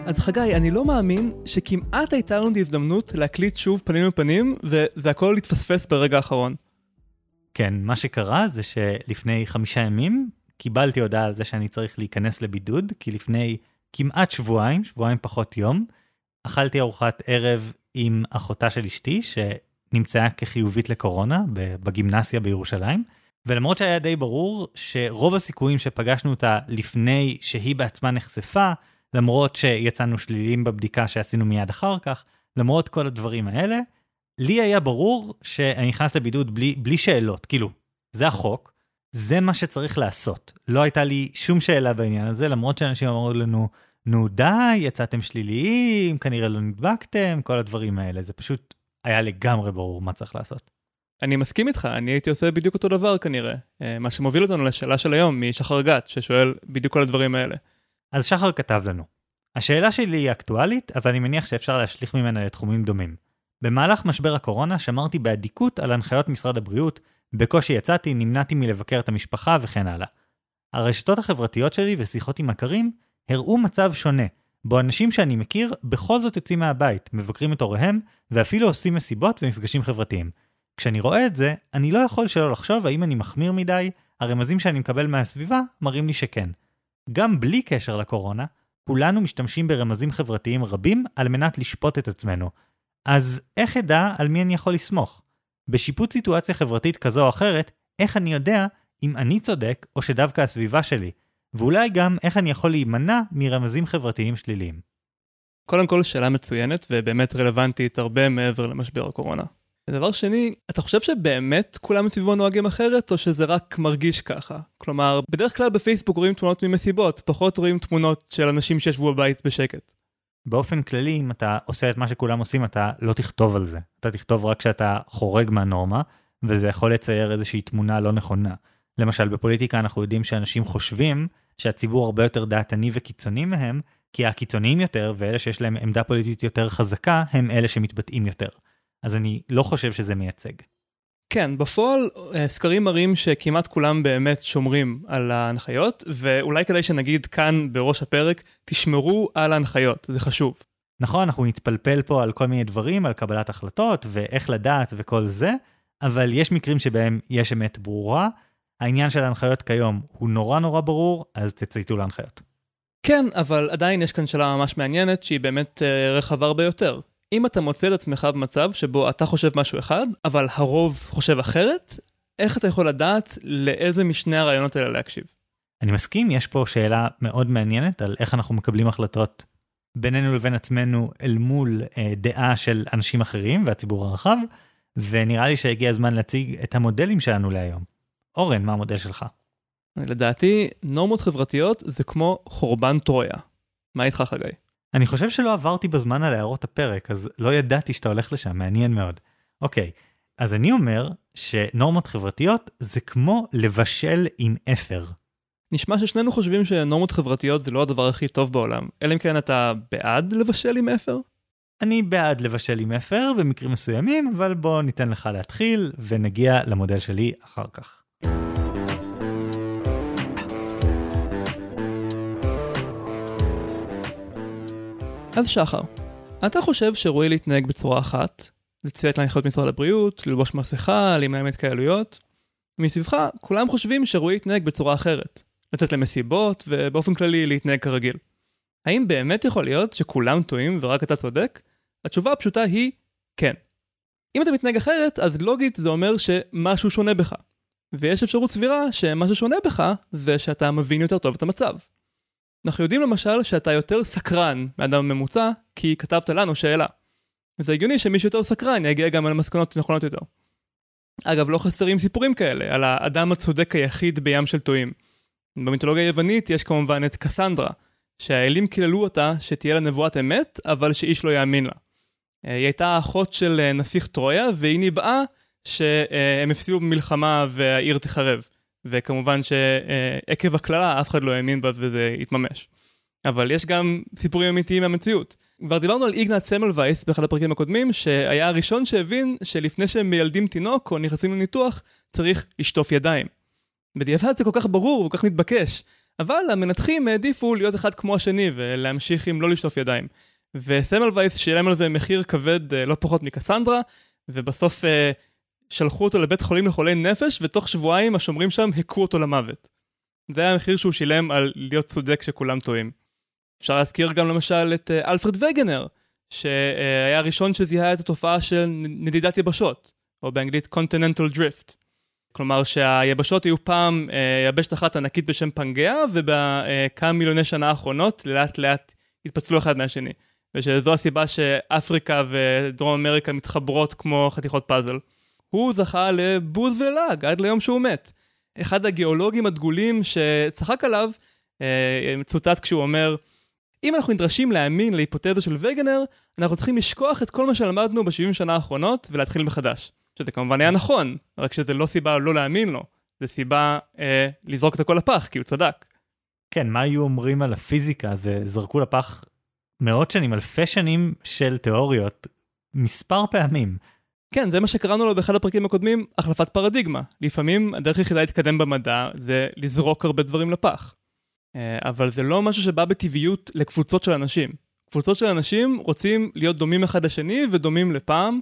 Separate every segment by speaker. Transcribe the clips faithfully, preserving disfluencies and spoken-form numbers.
Speaker 1: אז חגי, אני לא מאמין שכמעט הייתה לנו הזדמנות להקליט שוב פנים לפנים, וזה הכל להתפספס ברגע האחרון.
Speaker 2: כן, מה שקרה זה שלפני חמישה ימים קיבלתי הודעה על זה שאני צריך להיכנס לבידוד, כי לפני כמעט שבועיים, שבועיים פחות יום, אכלתי ארוחת ערב עם אחותה של אשתי, שנמצאה כחיובית לקורונה בגימנסיה בירושלים, ולמרות שהיה די ברור שרוב הסיכויים שפגשנו אותה לפני שהיא בעצמה נחשפה, למרות שיצאנו שליליים בבדיקה שעשינו מיד אחר כך, למרות כל הדברים האלה, לי היה ברור שאני נכנס לבידוד בלי, בלי שאלות, כאילו, זה החוק, זה מה שצריך לעשות. לא הייתה לי שום שאלה בעניין הזה, למרות שאנשים אמרו לנו, נו די, יצאתם שליליים, כנראה לא נדבקתם, כל הדברים האלה, זה פשוט היה לגמרי ברור מה צריך לעשות.
Speaker 1: אני מסכים איתך, אני הייתי עושה בדיוק אותו דבר כנראה, מה שמוביל אותנו לשאלה של היום, משחר גת, ששואל בדיוק כל הדברים האלה.
Speaker 2: אז שחר כתב לנו, השאלה שלי היא אקטואלית, אבל אני מניח שאפשר להשליך ממנה לתחומים דומים. במהלך משבר הקורונה שמרתי באדיקות על הנחיות משרד הבריאות, בקושי יצאתי, נמנעתי מלבקר את המשפחה וכן הלאה. הרשתות החברתיות שלי ושיחות עם מכרים הראו מצב שונה, בו אנשים שאני מכיר בכל זאת יוצאים מהבית, מבקרים את הוריהם ואפילו עושים מסיבות ומפגשים חברתיים. כשאני רואה את זה, אני לא יכול שלא לחשוב האם אני מחמיר מדי, הרמזים שאני מקבל מהסביבה מראים לי שכן. גם בלי קשר לקורונה, כולנו משתמשים ברמזים חברתיים רבים על מנת לשפוט את עצמנו. אז איך אדע על מי אני יכול לסמוך? בשיפוט סיטואציה חברתית כזו או אחרת, איך אני יודע אם אני צודק או שדווקא הסביבה שלי? ואולי גם איך אני יכול להימנע מרמזים חברתיים שליליים.
Speaker 1: קודם כל, שאלה מצוינת ובאמת רלוונטית הרבה מעבר למשבר הקורונה. דבר שני, אתה חושב שבאמת כולם מסביבו נוהגים אחרת, או שזה רק מרגיש ככה? כלומר, בדרך כלל בפייסבוק רואים תמונות ממסיבות, פחות רואים תמונות של אנשים שישבו בבית בשקט.
Speaker 2: באופן כללי, אם אתה עושה את מה שכולם עושים, אתה לא תכתוב על זה. אתה תכתוב רק כשאתה חורג מהנורמה, וזה יכול לצייר איזושהי תמונה לא נכונה. למשל, בפוליטיקה אנחנו יודעים שאנשים חושבים שהציבור הרבה יותר דעתני וקיצוני מהם, כי הקיצוניים יותר, ואלה שיש להם עמדה פוליטית יותר חזקה, הם אלה שמתבטאים יותר. אז אני לא חושב שזה מייצג.
Speaker 1: כן, בפועל סקרים מראים שכמעט כולם באמת שומרים על ההנחיות, ואולי כדאי שנגיד כאן בראש הפרק, תשמרו על ההנחיות, זה חשוב.
Speaker 2: נכון, אנחנו נתפלפל פה על כל מיני דברים, על קבלת החלטות ואיך לדעת וכל זה, אבל יש מקרים שבהם יש אמת ברורה, העניין של ההנחיות כיום הוא נורא נורא ברור, אז תצייתו להנחיות.
Speaker 1: כן, אבל עדיין יש כאן שאלה ממש מעניינת, שהיא באמת רחבה הרבה יותר. אם אתה מוצא את עצמך במצב שבו אתה חושב משהו אחד, אבל הרוב חושב אחרת, איך אתה יכול לדעת לאיזה משני הרעיונות האלה להקשיב?
Speaker 2: אני מסכים, יש פה שאלה מאוד מעניינת על איך אנחנו מקבלים החלטות בינינו לבין עצמנו אל מול אה, דעה של אנשים אחרים והציבור הרחב, ונראה לי שהגיע הזמן להציג את המודלים שלנו להיום. אורן, מה המודל שלך?
Speaker 1: לדעתי, נורמות חברתיות זה כמו חורבן טרויה. מה איתך חגי?
Speaker 2: אני חושב שלא עברתי בזמן על הערות הפרק, אז לא ידעתי שאתה הולך לשם, מעניין מאוד. אוקיי, אז אני אומר שנורמות חברתיות זה כמו לבשל עם אפר.
Speaker 1: נשמע ששנינו חושבים שנורמות חברתיות זה לא הדבר הכי טוב בעולם, אלא אם כן אתה בעד לבשל עם אפר?
Speaker 2: אני בעד לבשל עם אפר במקרים מסוימים, אבל בוא ניתן לך להתחיל ונגיע למודל שלי אחר כך.
Speaker 1: אז שחר, אתה חושב שראוי להתנהג בצורה אחת, לציית להנחיות משרד הבריאות, ללבוש מסכה, להימנע התקהלויות? מסביבך, כולם חושבים שראוי להתנהג בצורה אחרת, לצאת למסיבות ובאופן כללי להתנהג כרגיל. האם באמת יכול להיות שכולם טועים ורק אתה צודק? התשובה הפשוטה היא כן. אם אתה מתנהג אחרת, אז לוגית זה אומר שמשהו שונה בך. ויש אפשרות סבירה שמה ששונה בך זה שאתה מבין יותר טוב את המצב. אנחנו יודעים למשל שאתה יותר סקרן מאדם ממוצע, כי כתבת לנו שאלה. וזה הגיוני שמי שיותר סקרן יגיע גם על מסקנות נכונות יותר. אגב, לא חסרים סיפורים כאלה על האדם הצודק היחיד בים של טועים. במיתולוגיה היוונית יש כמובן את קסנדרה, שהאלים קיללו אותה שתהיה לה נבואת אמת, אבל שאיש לא יאמין לה. היא הייתה האחות של נסיך טרויה, והיא ניבאה שהם הפסידו במלחמה והעיר תחרב. וכמובן שעקב הכללה אף אחד לא האמין בה וזה יתממש. אבל יש גם סיפורים אמיתיים מהמציאות. כבר דיברנו על איגנץ סמלווייס באחד הפרקים הקודמים, שהיה הראשון שהבין שלפני שהם מילדים תינוק או נכנסים לניתוח, צריך לשטוף ידיים. בדיעבד זה כל כך ברור וכל כך מתבקש, אבל המנתחים העדיפו להיות אחד כמו השני ולהמשיך עם לא לשטוף ידיים. וסמלווייס שילם על זה מחיר כבד לא פחות מקסנדרה, ובסוף שלחו אותו לבית חולים לחולי נפש, ותוך שבועיים השומרים שם הכו אותו למוות. זה היה המחיר שהוא שילם על להיות צודק שכולם טועים. אפשר להזכיר גם למשל את אלפרד וגנר, שהיה הראשון שזיהה את התופעה של נדידת יבשות, או באנגלית Continental Drift. כלומר שהיבשות היו פעם יבשת אחת ענקית בשם פנגאה, ובכמה מיליוני שנה האחרונות לאט לאט התפצלו אחד מהשני. ושזו הסיבה שאפריקה ודרום אמריקה מתחברות כמו חתיכות פאזל. הוא זכה לבוז ולעג עד ליום שהוא מת. אחד הגיאולוגים הדגולים שצחק עליו, מצוטט כשהוא אומר, אם אנחנו נדרשים להאמין להיפותזה של וגנר, אנחנו צריכים לשכוח את כל מה שלמדנו ב-שבעים שנה האחרונות ולהתחיל מחדש. שזה כמובן היה נכון, רק שזה לא סיבה לא להאמין לו, זה סיבה אה, לזרוק את הכל לפח, כי הוא צדק.
Speaker 2: כן, מה היו אומרים על הפיזיקה? זה זרקו לפח מאות שנים, אלפי שנים של תיאוריות, מספר פעמים.
Speaker 1: כן, זה מה שקראנו לו באחד הפרקים הקודמים, החלפת פרדיגמה. לפעמים הדרך היחידה להתקדם במדע זה לזרוק הרבה דברים לפח. אבל זה לא משהו שבא בטבעיות לקבוצות של אנשים. קבוצות של אנשים רוצים להיות דומים אחד לשני ודומים לפעם,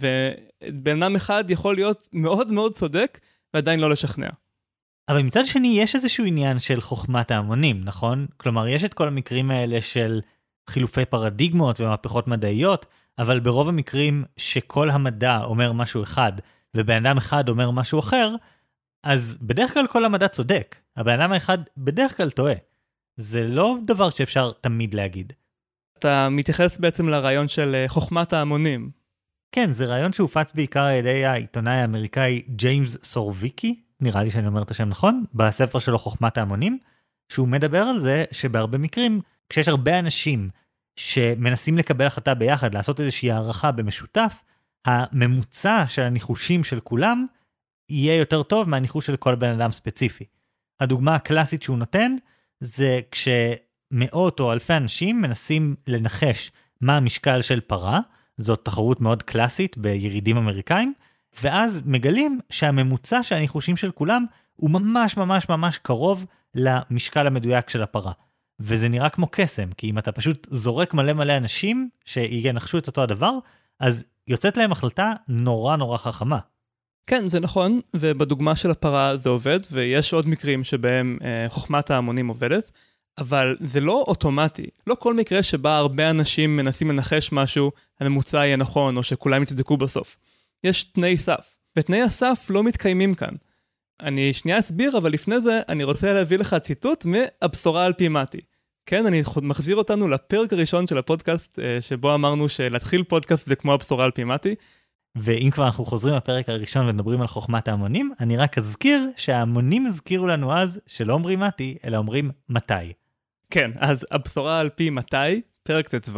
Speaker 1: ובן אדם אחד יכול להיות מאוד מאוד צודק ועדיין לא לשכנע.
Speaker 2: אבל מצד שני יש איזשהו עניין של חוכמת ההמונים, נכון? כלומר, יש את כל המקרים האלה של חילופי פרדיגמות ומהפכות מדעיות, אבל ברוב המקרים שכל המדע אומר משהו אחד, ובן אדם אחד אומר משהו אחר, אז בדרך כלל כל המדע צודק. הבן אדם האחד בדרך כלל טועה. זה לא דבר שאפשר תמיד להגיד.
Speaker 1: אתה מתייחס בעצם לרעיון של חוכמת ההמונים.
Speaker 2: כן, זה רעיון שהופץ בעיקר על ידי העיתונאי האמריקאי ג'יימס סורביקי, נראה לי שאני אומר את השם נכון, בספר שלו חוכמת ההמונים, שהוא מדבר על זה שבהרבה מקרים, כשיש הרבה אנשים שמנסים לקבל החלטה ביחד, לעשות איזושהי הערכה במשותף, הממוצע של הניחושים של כולם יהיה יותר טוב מהניחוש של כל בן אדם ספציפי. הדוגמה הקלאסית שהוא נותן, זה כשמאות או אלפי אנשים מנסים לנחש מה המשקל של פרה, זאת תחרות מאוד קלאסית בירידים אמריקאים, ואז מגלים שהממוצע של הניחושים של כולם הוא ממש ממש ממש קרוב למשקל המדויק של הפרה. וזה נראה כמו קסם, כי אם אתה פשוט זורק מלא מלא אנשים שינחשו את אותו הדבר, אז יוצאת להם החלטה נורא נורא חכמה.
Speaker 1: כן, זה נכון, ובדוגמה של הפרה זה עובד, ויש עוד מקרים שבהם אה, חוכמת ההמונים עובדת, אבל זה לא אוטומטי. לא כל מקרה שבה הרבה אנשים מנסים לנחש משהו, הממוצע יהיה נכון, או שכולם יצדקו בסוף. יש תנאי סף, ותנאי הסף לא מתקיימים כאן. אני שנייה אסביר, אבל לפני זה אני רוצה להביא לך ציטוט מהבשורה על פי מתי. כן, אני מחזיר אותנו לפרק הראשון של הפודקאסט, שבו אמרנו שלהתחיל פודקאסט זה כמו הבשורה על פי מתי.
Speaker 2: ואם כבר אנחנו חוזרים לפרק הראשון ומדברים על חוכמת ההמונים, אני רק אזכיר שההמונים הזכירו לנו אז שלא אומרים מתי, אלא אומרים מתי.
Speaker 1: כן, אז הבשורה על פי מתי, פרק ט"ו,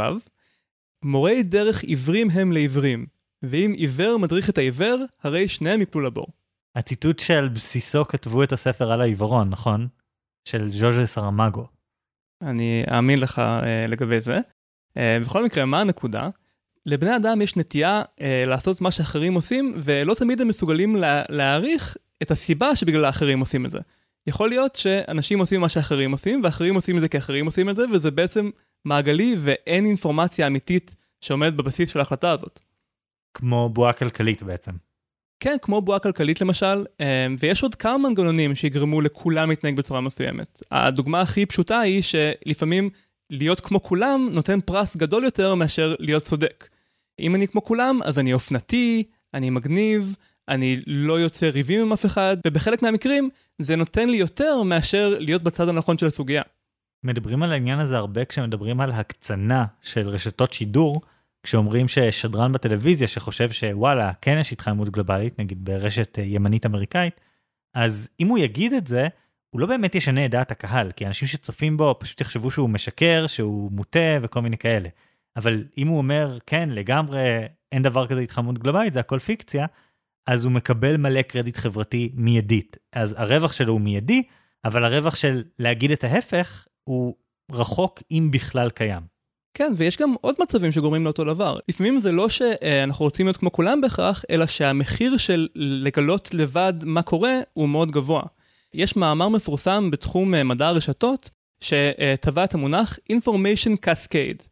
Speaker 1: מורי דרך עיוורים הם לעיוורים, ואם עיוור מדריך את העיוור, הרי שניהם יפלו לבור.
Speaker 2: הציטוט של בסיסו כתבו את הספר על העיוורון, נכון? של ז'וז'ה סרמגו.
Speaker 1: אני אאמין לך אה, לגבי זה. אה, בכל מקרה, מה הנקודה? לבני אדם יש נטייה אה, לעשות מה שאחרים עושים, ולא תמיד הם מסוגלים לה, להעריך את הסיבה שבגלל האחרים עושים את זה. יכול להיות שאנשים עושים מה שאחרים עושים, ואחרים עושים את זה כי אחרים עושים את זה, וזה בעצם מעגלי ואין אינפורמציה אמיתית שעומדת בבסיס של ההחלטה הזאת.
Speaker 2: כמו בועה כלכלית בעצם.
Speaker 1: כן, כמו בועה כלכלית למשל, ויש עוד כמה מנגנונים שיגרמו לכולם להתנהג בצורה מסוימת. הדוגמה הכי פשוטה היא שלפעמים להיות כמו כולם נותן פרס גדול יותר מאשר להיות צודק. אם אני כמו כולם, אז אני אופנתי, אני מגניב, אני לא יוצא ריבים עם אף אחד, ובחלק מהמקרים זה נותן לי יותר מאשר להיות בצד הנכון של הסוגיה.
Speaker 2: מדברים על העניין הזה הרבה כשמדברים על הקצנה של רשתות שידור, כשאומרים ששדרן בטלוויזיה שחושב שוואלה, כן יש התחממות גלובלית, נגיד ברשת ימנית אמריקאית, אז אם הוא יגיד את זה, הוא לא באמת ישנה את דעת הקהל, כי אנשים שצופים בו פשוט יחשבו שהוא משקר, שהוא מוטה וכל מיני כאלה. אבל אם הוא אומר, כן, לגמרי אין דבר כזה התחממות גלובלית, זה הכל פיקציה, אז הוא מקבל מלא קרדיט חברתי מיידית. אז הרווח שלו הוא מיידי, אבל הרווח של להגיד את ההפך הוא רחוק אם בכלל קיים.
Speaker 1: כן, ויש גם עוד מצבים שגורמים לאותו דבר. לפעמים זה לא שאנחנו רוצים להיות כמו כולם בהכרח, אלא שהמחיר של לגלות לבד מה קורה הוא מאוד גבוה. יש מאמר מפורסם בתחום מדע הרשתות, שטבע את המונח Information Cascade,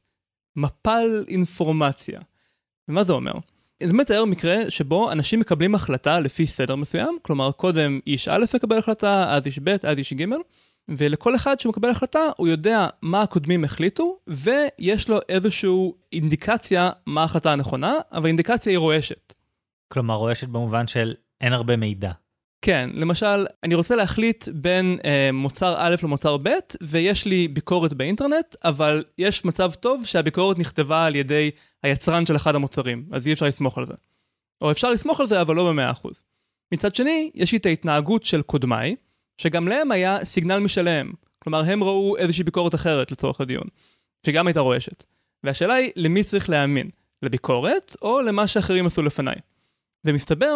Speaker 1: מפל אינפורמציה. ומה זה אומר? זה מתאר מקרה שבו אנשים מקבלים החלטה לפי סדר מסוים, כלומר קודם איש א' מקבל החלטה, אז איש ב', אז איש ג', ולכל אחד שמקבל החלטה הוא יודע מה הקודמים החליטו, ויש לו איזושהי אינדיקציה מה ההחלטה הנכונה, אבל אינדיקציה היא רועשת.
Speaker 2: כלומר רועשת במובן של אין הרבה מידע.
Speaker 1: כן, למשל, אני רוצה להחליט בין אה, מוצר א' למוצר ב', ויש לי ביקורת באינטרנט, אבל יש מצב טוב שהביקורת נכתבה על ידי היצרן של אחד המוצרים, אז אי אפשר לסמוך על זה. או אפשר לסמוך על זה, אבל לא ב-מאה אחוז. מצד שני, יש לי את ההתנהגות של קודמיי, שגם להם היה סיגנל משלהם. כלומר, הם ראו איזושהי ביקורת אחרת לצורך הדיון, שגם הייתה רועשת. והשאלה היא, למי צריך להאמין? לביקורת, או למה שאחרים עשו לפניי? ומסתבר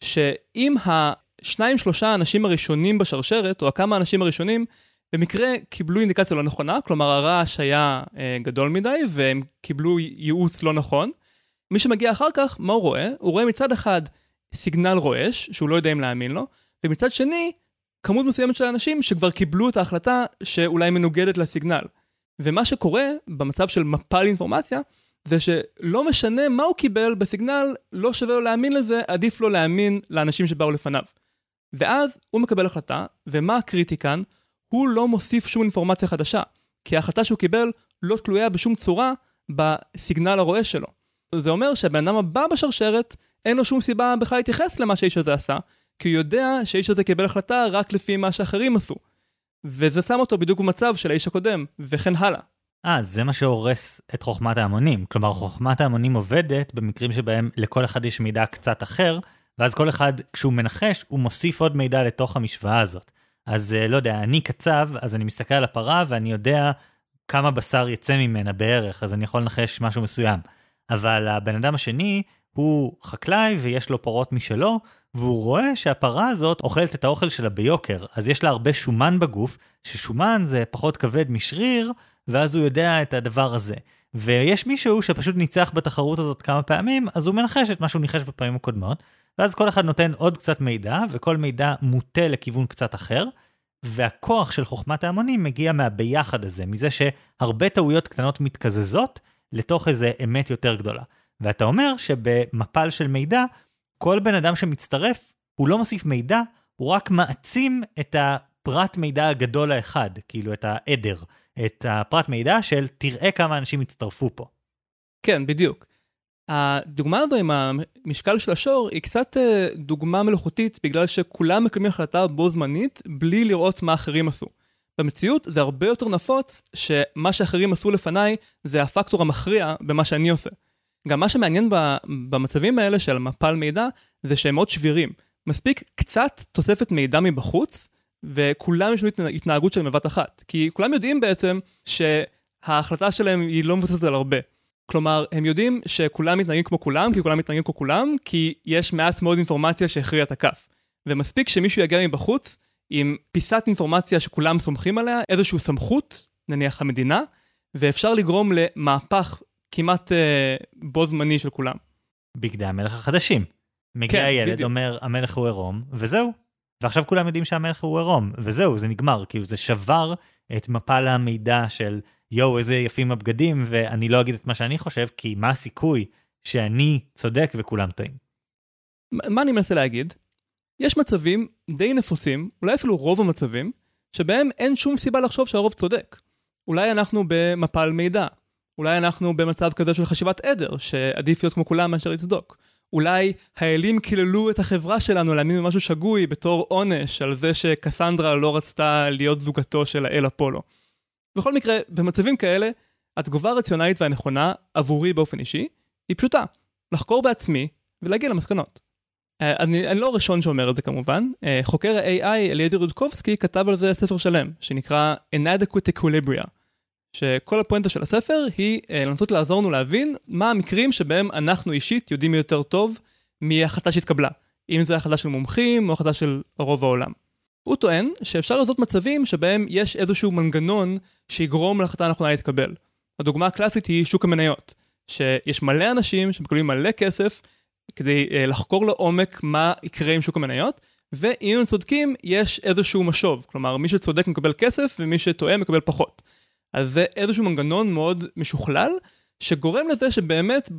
Speaker 1: שאם השניים שלושה האנשים הראשונים בשרשרת, או הכמה האנשים הראשונים, במקרה קיבלו אינדיקציה לא נכונה, כלומר הרעש היה אה, גדול מדי, והם קיבלו ייעוץ לא נכון, מי שמגיע אחר כך, מה הוא רואה? הוא רואה מצד אחד סיגנל רועש, שהוא לא יודע אם להאמין לו, ומצד שני, כמות מסוימת של אנשים שכבר קיבלו את ההחלטה שאולי מנוגדת לסיגנל. ומה שקורה במצב של מפל אינפורמציה, זה שלא משנה מה הוא קיבל בסיגנל, לא שווה לו להאמין לזה, עדיף לו להאמין לאנשים שבאו לפניו. ואז הוא מקבל החלטה, ומה הקריטי כאן? הוא לא מוסיף שום אינפורמציה חדשה, כי ההחלטה שהוא קיבל לא תלויה בשום צורה בסיגנל הרועש שלו. זה אומר שהבן אדם הבא בשרשרת, אין לו שום סיבה בכלל להתייחס למה שהאיש הזה עשה, כי הוא יודע שהאיש הזה קיבל החלטה רק לפי מה שאחרים עשו. וזה שם אותו בדיוק במצב של האיש הקודם, וכן הלאה.
Speaker 2: אה, זה מה שהורס את חוכמת ההמונים. כלומר, חוכמת ההמונים עובדת במקרים שבהם לכל אחד יש מידע קצת אחר, ואז כל אחד, כשהוא מנחש, הוא מוסיף עוד מידע לתוך המשוואה הזאת. אז לא יודע, אני קצב, אז אני מסתכל על הפרה, ואני יודע כמה בשר יצא ממנה בערך, אז אני יכול לנחש משהו מסוים. אבל הבן אדם השני, הוא חקלאי ויש לו פרות משלו, והוא רואה שהפרה הזאת אוכלת את האוכל שלה ביוקר, אז יש לה הרבה שומן בגוף, ששומן זה פחות כבד משריר, ואז הוא יודע את הדבר הזה. ויש מישהו שפשוט ניצח בתחרות הזאת כמה פעמים, אז הוא מנחש את מה שהוא ניחש בפעמים הקודמות, ואז כל אחד נותן עוד קצת מידע, וכל מידע מוטה לכיוון קצת אחר, והכוח של חוכמת ההמונים מגיע מהביחד הזה, מזה שהרבה טעויות קטנות מתקזזות לתוך איזה אמת יותר גדולה. ואתה אומר שבמפל של מידע, כל בן אדם שמצטרף, הוא לא מוסיף מידע, הוא רק מעצים את הפרט מידע הגדול האחד, כאילו את העדר, את הפרט מידע של תראה כמה אנשים הצטרפו פה.
Speaker 1: כן, בדיוק. הדוגמה הזו עם המשקל של השור היא קצת דוגמה מלאכותית, בגלל שכולם מקבלים החלטה בו זמנית, בלי לראות מה אחרים עשו. במציאות זה הרבה יותר נפוץ, שמה שאחרים עשו לפניי, זה הפקטור המכריע במה שאני עושה. גם מה שמעניין במצבים האלה של מפל מידע, זה שהם מאוד שבירים. מספיק קצת תוספת מידע מבחוץ, וכולם יש לו התנהגות של מבט אחת. כי כולם יודעים בעצם שההחלטה שלהם היא לא מבוססת על הרבה. כלומר, הם יודעים שכולם מתנהגים כמו כולם, כי כולם מתנהגים כמו כולם, כי יש מעט מאוד אינפורמציה שהכריע את הכף. ומספיק שמישהו יגיע מבחוץ, עם פיסת אינפורמציה שכולם סומכים עליה, איזושהי סמכות, נניח המדינה, ואפשר לגרום למהפך כמעט אה, בו זמני של כולם.
Speaker 2: בגדי המלך החדשים. מגיע כן, ילד, בדיוק. אומר, המלך הוא עירום, וזהו. ועכשיו כולם יודעים שהמלך הוא עירום, וזהו, זה נגמר, כאילו זה שבר את מפל המידע של, יו, איזה יפים הבגדים, ואני לא אגיד את מה שאני חושב, כי מה הסיכוי שאני צודק וכולם טועים.
Speaker 1: מה אני מנסה להגיד? יש מצבים די נפוצים, אולי אפילו רוב המצבים, שבהם אין שום סיבה לחשוב שהרוב צודק. אולי אנחנו במפל מידע, אולי אנחנו במצב כזה של חשיבת עדר, שעדיף להיות כמו כולם מאשר לצדוק. אולי האלים קיללו את החברה שלנו להאמין במשהו שגוי בתור עונש על זה שקסנדרה לא רצתה להיות זוגתו של האל אפולו. בכל מקרה, במצבים כאלה, התגובה הרציונלית והנכונה עבורי באופן אישי, היא פשוטה, לחקור בעצמי ולהגיע למסקנות. אני, אני לא הראשון שאומר את זה כמובן, חוקר ה-איי איי אליעזר יודקובסקי כתב על זה ספר שלם, שנקרא Inadequate Equilibria, שכל הפואנטה של הספר היא לנסות לעזור לנו להבין מה המקרים שבהם אנחנו אישית יודעים יותר טוב מהחלטה שהתקבלה, אם זה החלטה של מומחים או החלטה של רוב העולם. הוא טוען שאפשר לעשות מצבים שבהם יש איזשהו מנגנון שיגרום להחלטה הנכונה להתקבל. הדוגמה הקלאסית היא שוק המניות, שיש מלא אנשים שמקבלים מלא כסף כדי לחקור לעומק מה יקרה עם שוק המניות, ואם הם צודקים, יש איזשהו משוב. כלומר, מי שצודק מקבל כסף, ומי שטועה מקבל פחות. אז זה איזשהו מנגנון מאוד משוכלל, שגורם לזה שבאמת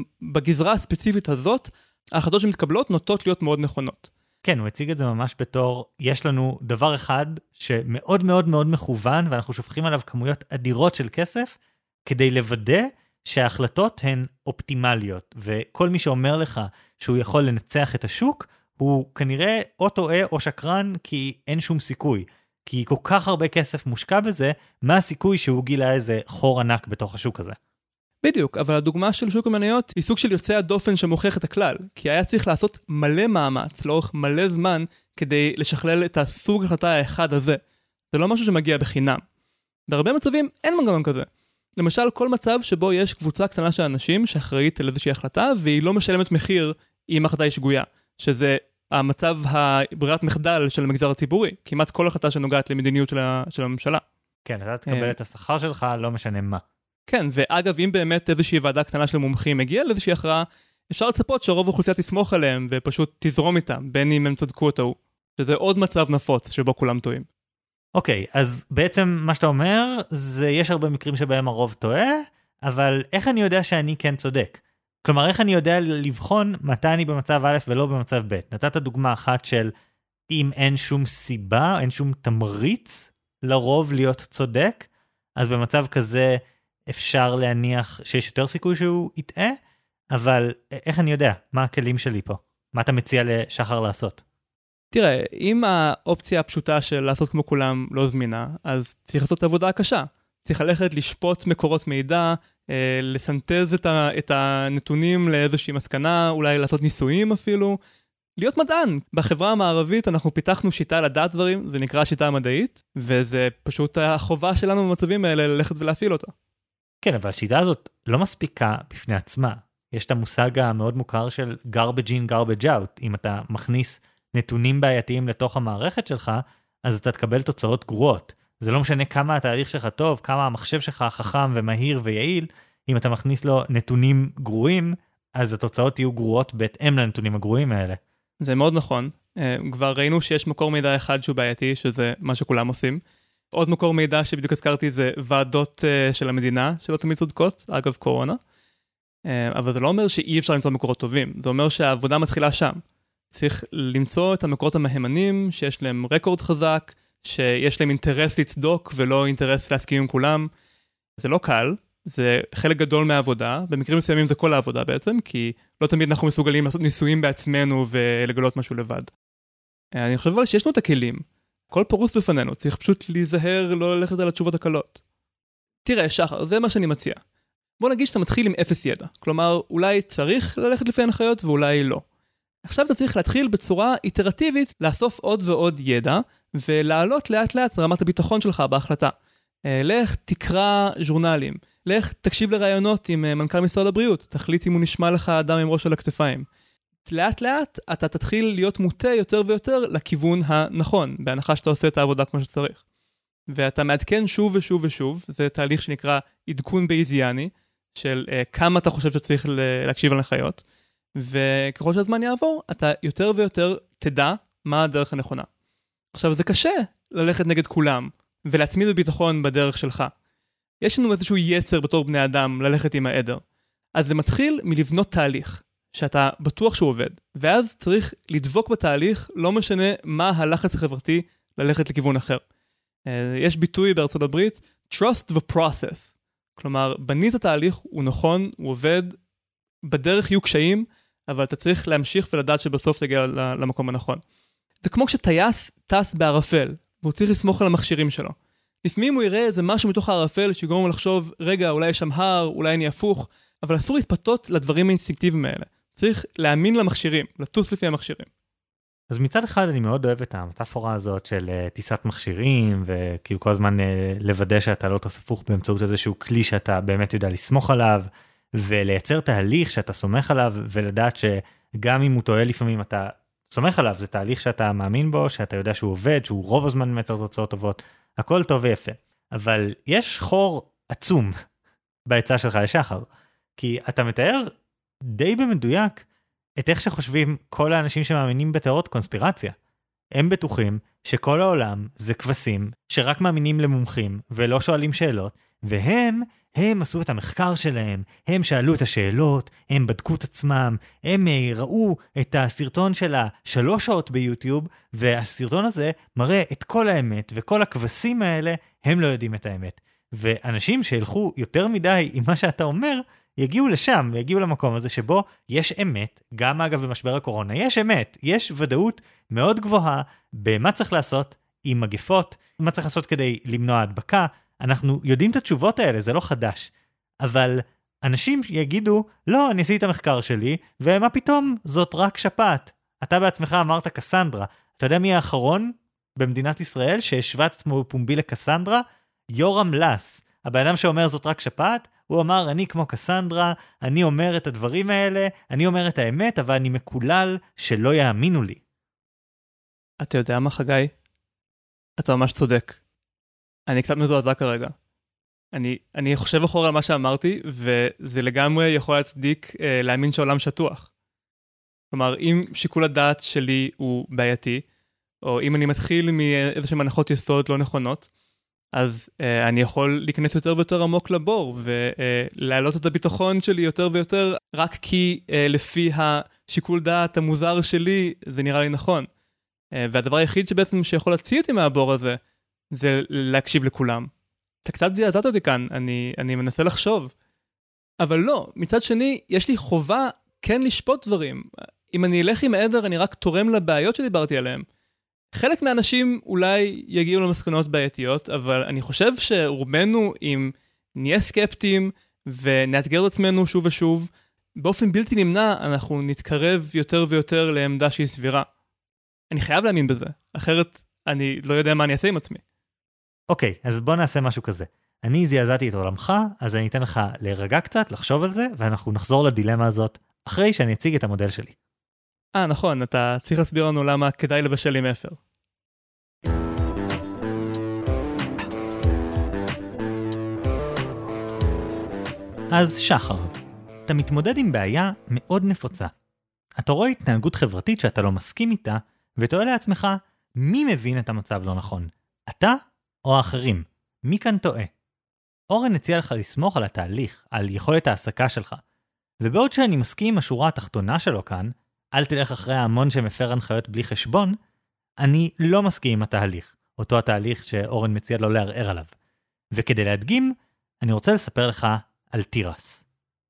Speaker 1: בגזרה הספציפית הזאת, ההחלטות שמתקבלות נוטות להיות מאוד נכונות.
Speaker 2: כן, הוא הציג את זה ממש בתור, יש לנו דבר אחד שמאוד מאוד מאוד מכוון, ואנחנו שופכים עליו כמויות אדירות של כסף, כדי לוודא שההחלטות הן אופטימליות, וכל מי שאומר לך שהוא יכול לנצח את השוק, הוא כנראה או טועה או שקרן, כי אין שום סיכוי. כי כל כך הרבה כסף מושקע בזה, מה הסיכוי שהוא גילה איזה חור ענק בתוך השוק הזה?
Speaker 1: בדיוק, אבל הדוגמה של שוק המניות היא סוג של יוצא הדופן שמוכיח את הכלל, כי היה צריך לעשות מלא מאמץ, לאורך מלא זמן, כדי לשכלל את הסוג החלטה האחד הזה. זה לא משהו שמגיע בחינם. בהרבה מצבים אין מנגנון כזה. למשל, כל מצב שבו יש קבוצה קטנה של אנשים שאחראית על איזושהי החלטה, והיא לא משלמת מחיר אם ההחלטה היא שגויה, שזה המצב הברירת מחדל של המגזר הציבורי, כמעט כל החלטה שנוגעת למדיניות של, ה... של הממשלה.
Speaker 2: כן, אתה תקבל את השכר שלך, לא משנה מה.
Speaker 1: כן, ואגב, אם באמת איזושהי ועדה קטנה של מומחים הגיעה לאיזושהי הכרעה, אפשר לצפות שרוב האוכלוסייה תסמוך עליהם, ופשוט תזרום איתם, בין אם הם צדקו או טעו. שזה עוד מצב נפוץ שבו כולם טועים.
Speaker 2: אוקיי, אז בעצם מה שאתה אומר, זה יש הרבה מקרים שבהם הרוב טועה, אבל איך אני יודע שאני כן צודק? כלומר, איך אני יודע לבחון מתי אני במצב א' ולא במצב ב'? נתת דוגמה אחת של אם אין שום סיבה, אין שום תמריץ לרוב להיות צודק, אז במצב כזה אפשר להניח שיש יותר סיכוי שהוא יטעה, אבל איך אני יודע? מה הכלים שלי פה? מה אתה מציע לשחר לעשות?
Speaker 1: תראה, אם האופציה הפשוטה של לעשות כמו כולם לא זמינה, אז צריך לעשות את העבודה הקשה. צריך ללכת לשפוט מקורות מידע, אה, לסנטז את, ה, את הנתונים לאיזושהי מסקנה, אולי לעשות ניסויים אפילו. להיות מדען. בחברה המערבית אנחנו פיתחנו שיטה לדעת דברים, זה נקרא שיטה מדעית, וזה פשוט החובה שלנו במצבים האלה ללכת ולהפעיל אותה.
Speaker 2: כן, אבל השיטה הזאת לא מספיקה בפני עצמה. יש את המושג המאוד מוכר של garbage in, garbage out. אם אתה מכניס נתונים בעייתיים לתוך המערכת שלך, אז אתה תקבל תוצאות גרועות. זה לא משנה כמה התהליך שלך טוב, כמה המחשב שלך חכם ומהיר ויעיל, אם אתה מכניס לו נתונים גרועים, אז התוצאות יהיו גרועות בהתאם לנתונים הגרועים האלה.
Speaker 1: זה מאוד נכון. כבר ראינו שיש מקור מידע אחד שהוא בעייתי, שזה מה שכולם עושים. עוד מקור מידע שבדיוק הזכרתי זה ועדות של המדינה, שלא תמיד צודקות, אגב קורונה. אבל זה לא אומר שאי אפשר למצוא מקורות טובים. זה אומר שהעבודה מתחילה שם. צריך למצוא את המקורות המהימנים, שיש להם רקורד חזק, שיש להם אינטרס לצדוק ולא אינטרס להסכים עם כולם. זה לא קל, זה חלק גדול מהעבודה, במקרים מסוימים זה כל העבודה בעצם, כי לא תמיד אנחנו מסוגלים לעשות ניסויים בעצמנו ולגלות משהו לבד. אני חושב אבל שיש לנו את הכלים, כל פרוס בפנינו, צריך פשוט להיזהר לא ללכת על התשובות הקלות. תראה, שחר, זה מה שאני מציע. בוא נגיד שאתה מתחיל עם אפס ידע, כלומר אולי צריך ללכת לפי הנחיות ואולי לא. עכשיו אתה צריך להתחיל בצורה איטרטיבית לאסוף עוד ועוד ידע, ולהעלות לאט לאט רמת הביטחון שלך בהחלטה. לך תקרא ז'ורנלים, לך תקשיב לרעיונות עם מנכ"ל משרד הבריאות, תחליט אם הוא נשמע לך אדם עם ראש על הכתפיים. לאט לאט אתה תתחיל להיות מוטה יותר ויותר לכיוון הנכון, בהנחה שאתה עושה את העבודה כמו שצריך. ואתה מעדכן שוב ושוב ושוב, זה תהליך שנקרא עדכון בייזיאני, של uh, כמה אתה חושב שצריך להקשיב על הנחיות, וככל שהזמן יעבור, אתה יותר ויותר תדע מה הדרך הנכונה. עכשיו, זה קשה ללכת נגד כולם, ולהצמיד בביטחון בדרך שלך. יש לנו איזשהו יצר בתור בני אדם ללכת עם העדר. אז זה מתחיל מלבנות תהליך, שאתה בטוח שהוא עובד, ואז צריך לדבוק בתהליך, לא משנה מה הלחץ החברתי ללכת לכיוון אחר. יש ביטוי בארצות הברית, trust the process. כלומר, בנית התהליך, הוא נכון, הוא עובד, בדרך יהיו קשיים, אבל אתה צריך להמשיך ולדעת שבסוף תגיע למקום הנכון. זה כמו כשטייס טס בערפל, והוא צריך לסמוך על המכשירים שלו. לפעמים הוא יראה איזה משהו מתוך הערפל שגורם לו לחשוב, רגע, אולי יש שם הר, אולי אני הפוך, אבל אסור להתפתות לדברים האינסטינקטיביים האלה. צריך להאמין למכשירים, לטוס לפי המכשירים.
Speaker 2: אז מצד אחד אני מאוד אוהב את המטאפורה הזאת של uh, טיסת מכשירים, וכאילו כל הזמן uh, לוודא שאתה לא תספוך באמצעות איזשהו כלי שאתה באמת יודע לסמוך עליו, ולייצר תהליך שאתה סומך עליו, ולדעת שגם אם הוא טועה לפעמים אתה סומך עליו, זה תהליך שאתה מאמין בו, שאתה יודע שהוא עובד, שהוא רוב הזמן מייצר תוצאות טובות, הכל טוב ויפה. אבל יש חור עצום בהצעה שלך לשחר, כי אתה מתאר די במדויק את איך שחושבים כל האנשים שמאמינים בתיאוריות קונספירציה. הם בטוחים שכל העולם זה כבשים שרק מאמינים למומחים ולא שואלים שאלות, והם, הם עשו את המחקר שלהם, הם שאלו את השאלות, הם בדקו את עצמם, הם ראו את הסרטון של השלוש שעות ביוטיוב, והסרטון הזה מראה את כל האמת, וכל הכבשים האלה, הם לא יודעים את האמת. ואנשים שילכו יותר מדי עם מה שאתה אומר, יגיעו לשם, יגיעו למקום הזה שבו יש אמת, גם אגב במשבר הקורונה, יש אמת, יש ודאות מאוד גבוהה במה צריך לעשות עם מגפות, מה צריך לעשות כדי למנוע הדבקה, אנחנו יודעים את התשובות האלה, זה לא חדש. אבל אנשים יגידו, לא, אני עשיתי את המחקר שלי, ומה פתאום, זאת רק שפעת. אתה בעצמך אמרת קסנדרה. אתה יודע מי האחרון במדינת ישראל שהשווה את עצמו בפומבי לקסנדרה? יורם לס. הבן אדם שאומר זאת רק שפעת, הוא אמר, אני כמו קסנדרה, אני אומר את הדברים האלה, אני אומר את האמת, אבל אני מקולל שלא יאמינו לי.
Speaker 1: אתה יודע מה, חגי? אתה ממש צודק. אני קצת מזועזע כרגע. אני, אני חושב אחורה על מה שאמרתי, וזה לגמרי יכול להצדיק אה, להאמין שהעולם שטוח. כלומר, אם שיקול הדעת שלי הוא בעייתי, או אם אני מתחיל מאיזושהי הנחות יסוד לא נכונות, אז אה, אני יכול להיכנס יותר ויותר עמוק לבור, ולהעלות את הביטחון שלי יותר ויותר, רק כי אה, לפי השיקול דעת המוזר שלי, זה נראה לי נכון. אה, והדבר היחיד שבעצם שיכול להציע אותי מהבור הזה, זה להקשיב לכולם. אתה קצת זעזעת אותי כאן, אני, אני מנסה לחשוב. אבל לא, מצד שני, יש לי חובה כן לשפוט דברים. אם אני אלך עם עדר, אני רק תורם לבעיות שדיברתי עליהן. חלק מהאנשים אולי יגיעו למסקנות בעייתיות, אבל אני חושב שרובנו, אם נהיה סקפטיים ונאתגר את עצמנו שוב ושוב, באופן בלתי נמנע אנחנו נתקרב יותר ויותר לעמדה שהיא סבירה. אני חייב להאמין בזה, אחרת אני לא יודע מה אני אעשה עם עצמי.
Speaker 2: אוקיי, אז בוא נעשה משהו כזה. אני זעזעתי את עולמך, אז אני אתן לך להירגע קצת, לחשוב על זה, ואנחנו נחזור לדילמה הזאת אחרי שאני אציג את המודל שלי.
Speaker 1: אה, נכון, אתה צריך להסביר לנו למה כדאי לבשל עם אפר.
Speaker 2: אז שחר, אתה מתמודד עם בעיה מאוד נפוצה. אתה רואה התנהגות חברתית שאתה לא מסכים איתה, ותוהה לעצמך, מי מבין את המצב לא נכון? אתה או האחרים? מי כאן טועה? אורן הציע לך לסמוך על התהליך, על יכולת העסקה שלך. ובעוד שאני מסכים עם השורה התחתונה שלו כאן, אל תלך אחרי ההמון שמפר הנחיות בלי חשבון, אני לא מסכים עם התהליך, אותו התהליך שאורן מציע לו לערער עליו. וכדי להדגים, אני רוצה לספר לך על תירס.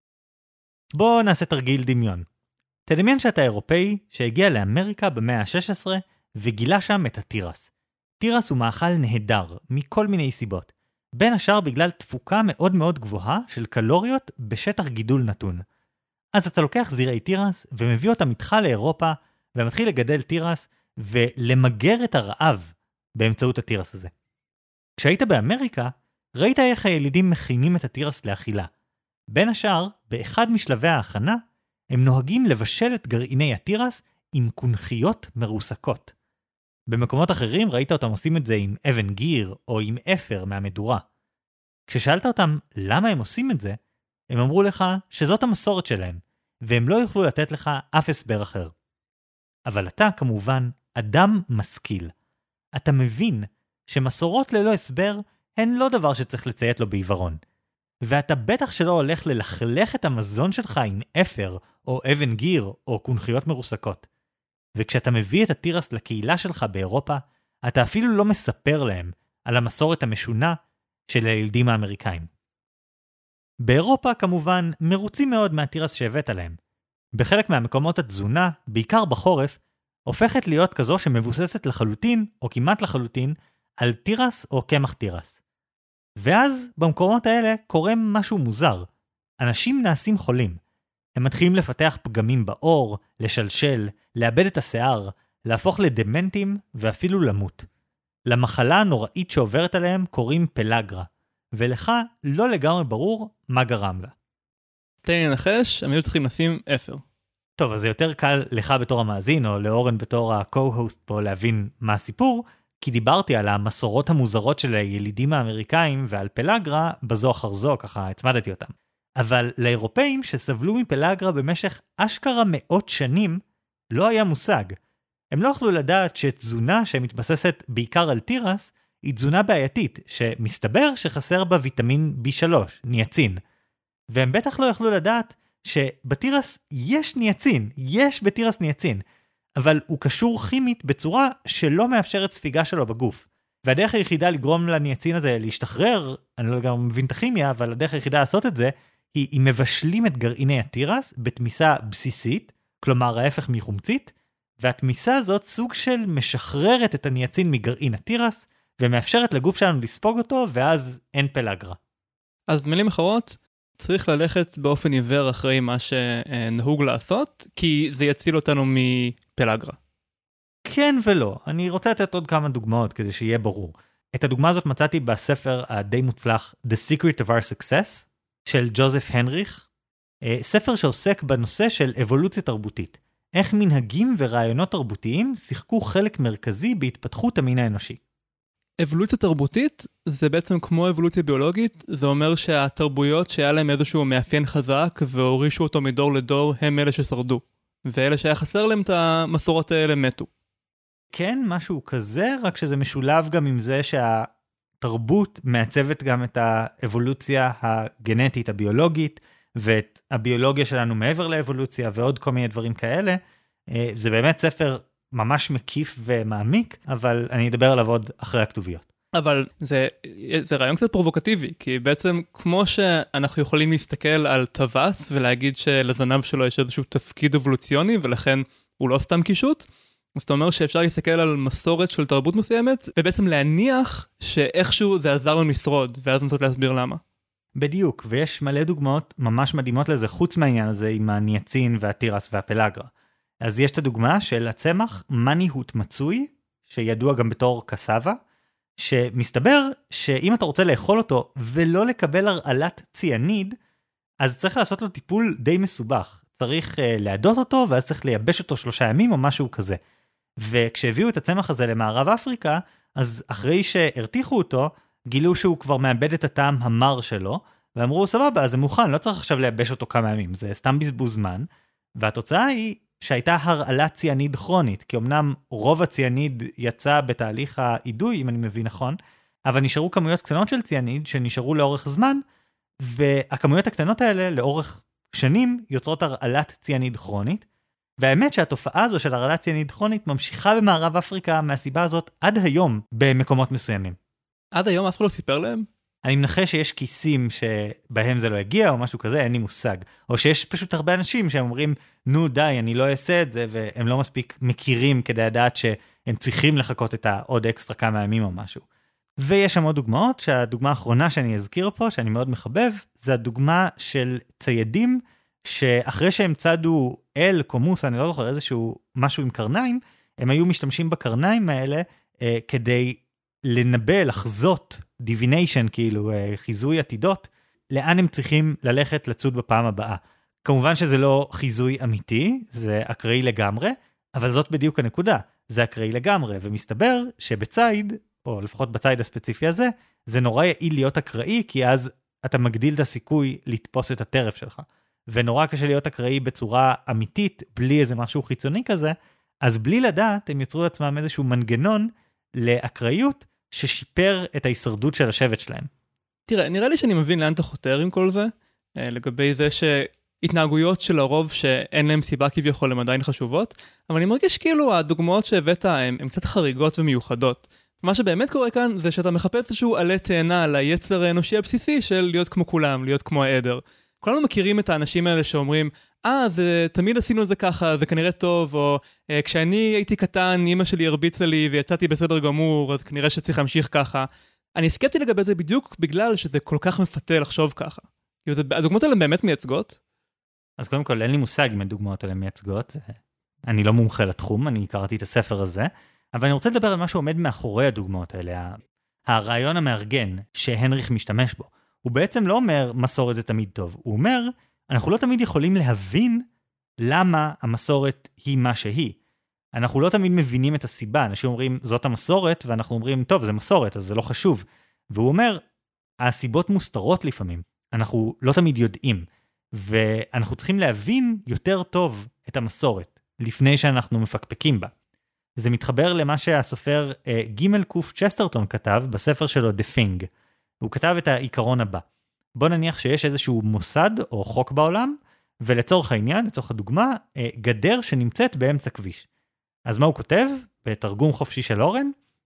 Speaker 2: בוא נעשה תרגיל דמיון. תדמיין שאתה אירופאי שהגיע לאמריקה במאה ה-שש עשרה וגילה שם את התירס. תירס הוא מאכל נהדר מכל מיני סיבות, בין השאר בגלל תפוקה מאוד מאוד גבוהה של קלוריות בשטח גידול נתון. אז אתה לוקח זירי תירס ומביא אותם איתך לאירופה ומתחיל לגדל תירס ולמגר את הרעב באמצעות התירס הזה. כשהיית באמריקה, ראית איך הילידים מכינים את התירס לאכילה. בין השאר, באחד משלבי ההכנה, הם נוהגים לבשל את גרעיני התירס עם קונכיות מרוסקות. במקומות אחרים ראית אותם עושים את זה עם אבן גיר או עם אפר מהמדורה. כששאלת אותם למה הם עושים את זה, הם אמרו לך שזאת המסורת שלהם, והם לא יוכלו לתת לך אף הסבר אחר. אבל אתה כמובן אדם משכיל. אתה מבין שמסורות ללא הסבר הן לא דבר שצריך לציית לו בעיוורון. ואתה בטח שלא הולך ללכלך את המזון שלך עם אפר או אבן גיר או קונכיות מרוסקות. וכשאתה מביא את התירס לקהילה שלך באירופה, אתה אפילו לא מספר להם על המסורת המשונה של הילדים האמריקאים. באירופה כמובן מרוצים מאוד מהתירס שהבאת להם. בחלק מהמקומות התזונה, בעיקר בחורף, הופכת להיות כזו שמבוססת לחלוטין או כמעט לחלוטין על תירס או קמח תירס. ואז במקומות האלה קורה משהו מוזר. אנשים נעשים חולים. הם מתחילים לפתח פגמים בעור, לשלשל, לאבד את השיער, להפוך לדמנטים ואפילו למות. למחלה הנוראית שעוברת עליהם קוראים פלגרה, ולך לא לגמרי ברור מה גרם לה.
Speaker 1: תן לי לנחש, הם היו צריכים לשים אפר.
Speaker 2: טוב, אז זה יותר קל לך בתור המאזין, או לאורן בתור ה-co-host פה להבין מה הסיפור, כי דיברתי על המסורות המוזרות של הילידים האמריקאים ועל פלגרה בזו אחר זו, ככה הצמדתי אותם. אבל לאירופאים שסבלו מפלגרה במשך אשכרה מאות שנים, לא היה מושג. הם לא יכלו לדעת שתזונה שמתבססת בעיקר על תירס, היא תזונה בעייתית, שמסתבר שחסר בה ויטמין בי שלוש, ניאצין. והם בטח לא יכלו לדעת שבתירס יש ניאצין, יש בתירס ניאצין, אבל הוא קשור כימית בצורה שלא מאפשרת ספיגה שלו בגוף. והדרך היחידה לגרום לניאצין הזה להשתחרר, אני לא גם מבין את הכימיה, אבל הדרך היחידה לעשות את זה, היא אם מבשלים את גרעיני התירס בתמיסה בסיסית, כלומר ההפך מחומצית, והתמיסה הזאת סוג של משחררת את הניאצין מגרעין התירס, ומאפשרת לגוף שלנו לספוג אותו, ואז אין פלאגרה.
Speaker 1: אז במילים אחרות, צריך ללכת באופן עיוור אחרי מה שנהוג לעשות, כי זה יציל אותנו מפלאגרה.
Speaker 2: כן ולא. אני רוצה לתת עוד כמה דוגמאות כדי שיהיה ברור. את הדוגמה הזאת מצאתי בספר הדי מוצלח The Secret of Our Success של ג'וזף הנריך, ספר שעוסק בנושא של אבולוציה תרבותית. איך מנהגים ורעיונות תרבותיים שיחקו חלק מרכזי בהתפתחות המין האנושי.
Speaker 1: אבולוציה תרבותית זה בעצם כמו אבולוציה ביולוגית, זה אומר שהתרבויות שהיה להם איזשהו מאפיין חזק והורישו אותו מדור לדור הם אלה ששרדו, ואלה שהיה חסר להם את המסורות האלה מתו.
Speaker 2: כן, משהו כזה, רק שזה משולב גם עם זה שהתרבות מעצבת גם את האבולוציה הגנטית הביולוגית, ואת הביולוגיה שלנו מעבר לאבולוציה ועוד כל מיני דברים כאלה. זה באמת ספר ממש מקיף ומעמיק, אבל אני אדבר עליו עוד אחרי הכתוביות.
Speaker 1: אבל זה, זה רעיון קצת פרובוקטיבי, כי בעצם כמו שאנחנו יכולים להסתכל על טווס ולהגיד שלזנב שלו יש איזשהו תפקיד אבולוציוני, ולכן הוא לא סתם קישוט, אז אתה אומר שאפשר להסתכל על מסורת של תרבות מסוימת, ובעצם להניח שאיכשהו זה עזר לנו לשרוד, ואז נצטרך להסביר למה.
Speaker 2: בדיוק, ויש מלא דוגמאות ממש מדהימות לזה, חוץ מהעניין הזה עם הניאצין והתירס והפלאגרה. אז יש את הדוגמה של הצמח מניהות מצוי, שידוע גם בתור קסאבה, שמסתבר שאם אתה רוצה לאכול אותו ולא לקבל הרעלת ציאניד, אז צריך לעשות לו טיפול די מסובך. צריך uh, להדות אותו, ואז צריך לייבש אותו שלושה ימים או משהו כזה. וכשהביאו את הצמח הזה למערב אפריקה, אז אחרי שהרתיחו אותו, גילו שהוא כבר מאבד את הטעם המר שלו, ואמרו, סבבה, אז זה מוכן, לא צריך עכשיו לייבש אותו כמה ימים, זה סתם בזבוז זמן. והתוצאה היא שהייתה הרעלת ציאניד כרונית, כי אמנם רוב הציאניד יצא בתהליך העידוי, אם אני מבין נכון, אבל נשארו כמויות קטנות של ציאניד שנשארו לאורך זמן, והכמויות הקטנות האלה לאורך שנים יוצרות הרעלת ציאניד כרונית, והאמת שהתופעה הזו של הרעלת ציאניד כרונית ממשיכה במערב אפריקה מהסיבה הזאת עד היום במקומות מסוימים.
Speaker 1: עד היום אף אחד לא סיפר להם?
Speaker 2: אני מנחש שיש כיסים שבהם זה לא הגיע או משהו כזה, אין לי מושג. או שיש פשוט הרבה אנשים שהם אומרים, נו די, אני לא אעשה את זה, והם לא מספיק מכירים כדי לדעת שהם צריכים לחכות את העוד אקסטרה כמה ימים או משהו. ויש שם עוד דוגמאות, שהדוגמה האחרונה שאני אזכיר פה, שאני מאוד מחבב, זה הדוגמה של ציידים, שאחרי שהם צדו אל, קומוס, אני לא זוכר איזשהו משהו עם קרניים, הם היו משתמשים בקרניים האלה אה, כדי לנבא, לחזות, divination, כאילו אה, חיזוי עתידות, לאן הם צריכים ללכת לצוד בפעם הבאה. כמובן שזה לא חיזוי אמיתי, זה אקראי לגמרי, אבל זאת בדיוק הנקודה, זה אקראי לגמרי, ומסתבר שבצייד, או לפחות בצייד הספציפי הזה, זה נורא יעיל להיות אקראי, כי אז אתה מגדיל את הסיכוי לתפוס את הטרף שלך. ונורא קשה להיות אקראי בצורה אמיתית, בלי איזה משהו חיצוני כזה, אז בלי לדעת, הם יצרו לעצמם איזשהו מנגנון לאקראיות, ששיפר את ההישרדות של השבט שלהם.
Speaker 1: תראה, נראה לי שאני מבין לאן אתה חותר עם כל זה, לגבי זה שהתנהגויות של הרוב שאין להם סיבה כביכול הן עדיין חשובות, אבל אני מרגיש כאילו הדוגמאות שהבאת הן קצת חריגות ומיוחדות. מה שבאמת קורה כאן זה שאתה מחפש איזשהו עלה תאנה ליצר האנושי הבסיסי של להיות כמו כולם, להיות כמו העדר. כולנו מכירים את האנשים האלה שאומרים, אה, זה, תמיד עשינו את זה ככה, זה כנראה טוב, או כשאני הייתי קטן, אמא שלי הרביצה לי ויצאתי בסדר גמור, אז כנראה שצריך להמשיך ככה. אני סקפטי לגבי זה בדיוק בגלל שזה כל כך מפתה לחשוב ככה. הדוגמאות האלה באמת מייצגות?
Speaker 2: אז קודם כל, אין לי מושג אם הדוגמאות האלה מייצגות. אני לא מומחה לתחום, אני קראתי את הספר הזה, אבל אני רוצה לדבר על מה שעומד מאחורי הדוגמאות האלה. הרעיון המארגן שהנריך משתמש בו. הוא בעצם לא אומר מסורת זה תמיד טוב, הוא אומר, אנחנו לא תמיד יכולים להבין למה המסורת היא מה שהיא. אנחנו לא תמיד מבינים את הסיבה, אנשים אומרים זאת המסורת, ואנחנו אומרים טוב זה מסורת, אז זה לא חשוב. והוא אומר, הסיבות מוסתרות לפעמים, אנחנו לא תמיד יודעים, ואנחנו צריכים להבין יותר טוב את המסורת, לפני שאנחנו מפקפקים בה. זה מתחבר למה שהסופר אה, גימל קוף צ'סטרטון כתב בספר שלו The Thing. הוא כתב את העיקרון הבא. בוא נניח שיש איזשהו מוסד או חוק בעולם, ולצורך העניין, לצורך הדוגמה, אה, גדר שנמצאת באמצע כביש. אז מה הוא כותב? בתרגום חופשי של אורן,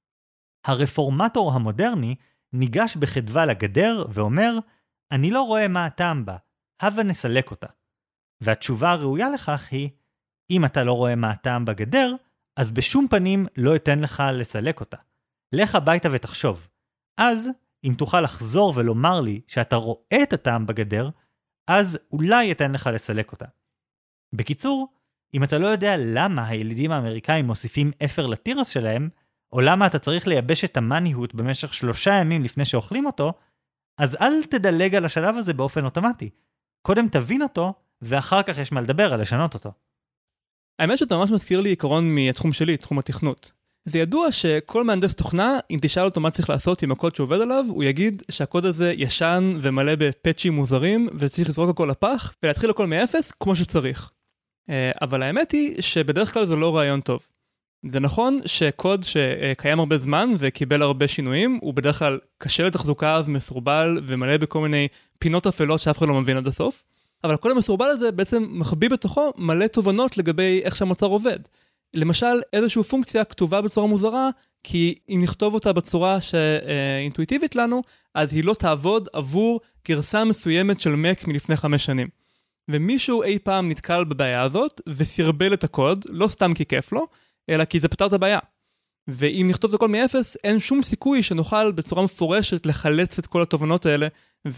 Speaker 2: הרפורמטור המודרני ניגש בחדווה לגדר ואומר, אני לא רואה מה הטעם בה, הבה נסלק אותה. והתשובה הראויה לכך היא, אם אתה לא רואה מה הטעם בגדר, אז בשום פנים לא אתן לך לסלק אותה. לך הביתה ותחשוב. אז, אם תוכל לחזור ולומר לי שאתה רואה את הטעם בגדר, אז אולי אתן לך לסלק אותה. בקיצור, אם אתה לא יודע למה הילידים האמריקאים מוסיפים אפר לטירס שלהם, או למה אתה צריך לייבש את המניהות במשך שלושה ימים לפני שאוכלים אותו, אז אל תדלג על השלב הזה באופן אוטומטי. קודם תבין אותו, ואחר כך יש מה לדבר על לשנות אותו.
Speaker 1: האמת שאתה ממש מזכיר לי עיקרון מהתחום שלי, תחום התכנות. זה ידוע שכל מהנדס תוכנה, אם תשאל אותו מה צריך לעשות עם הקוד שעובד עליו, הוא יגיד שהקוד הזה ישן ומלא בפאצ'ים מוזרים, וצריך לזרוק הכל לפח, ולהתחיל הכל מאפס כמו שצריך. אבל האמת היא שבדרך כלל זה לא רעיון טוב. זה נכון שקוד שקיים הרבה זמן וקיבל הרבה שינויים, הוא בדרך כלל קשה לתחזוקה ומסורבל ומלא בכל מיני פינות אפלות שאף אחד לא מבין עד הסוף. אבל הקוד המסורבל הזה בעצם מחביא בתוכו מלא תובנות לגבי איך שהמוצר עובד. למשל, איזושהי פונקציה כתובה בצורה מוזרה, כי אם נכתוב אותה בצורה שאינטואיטיבית לנו, אז היא לא תעבוד עבור גרסה מסוימת של Mac מלפני חמש שנים. ומישהו אי פעם נתקל בבעיה הזאת, וסרבל את הקוד, לא סתם כי כיף לו, אלא כי זה פתר את הבעיה. ואם נכתוב את הכל מאפס, אין שום סיכוי שנוכל בצורה מפורשת לחלץ את כל התובנות האלה,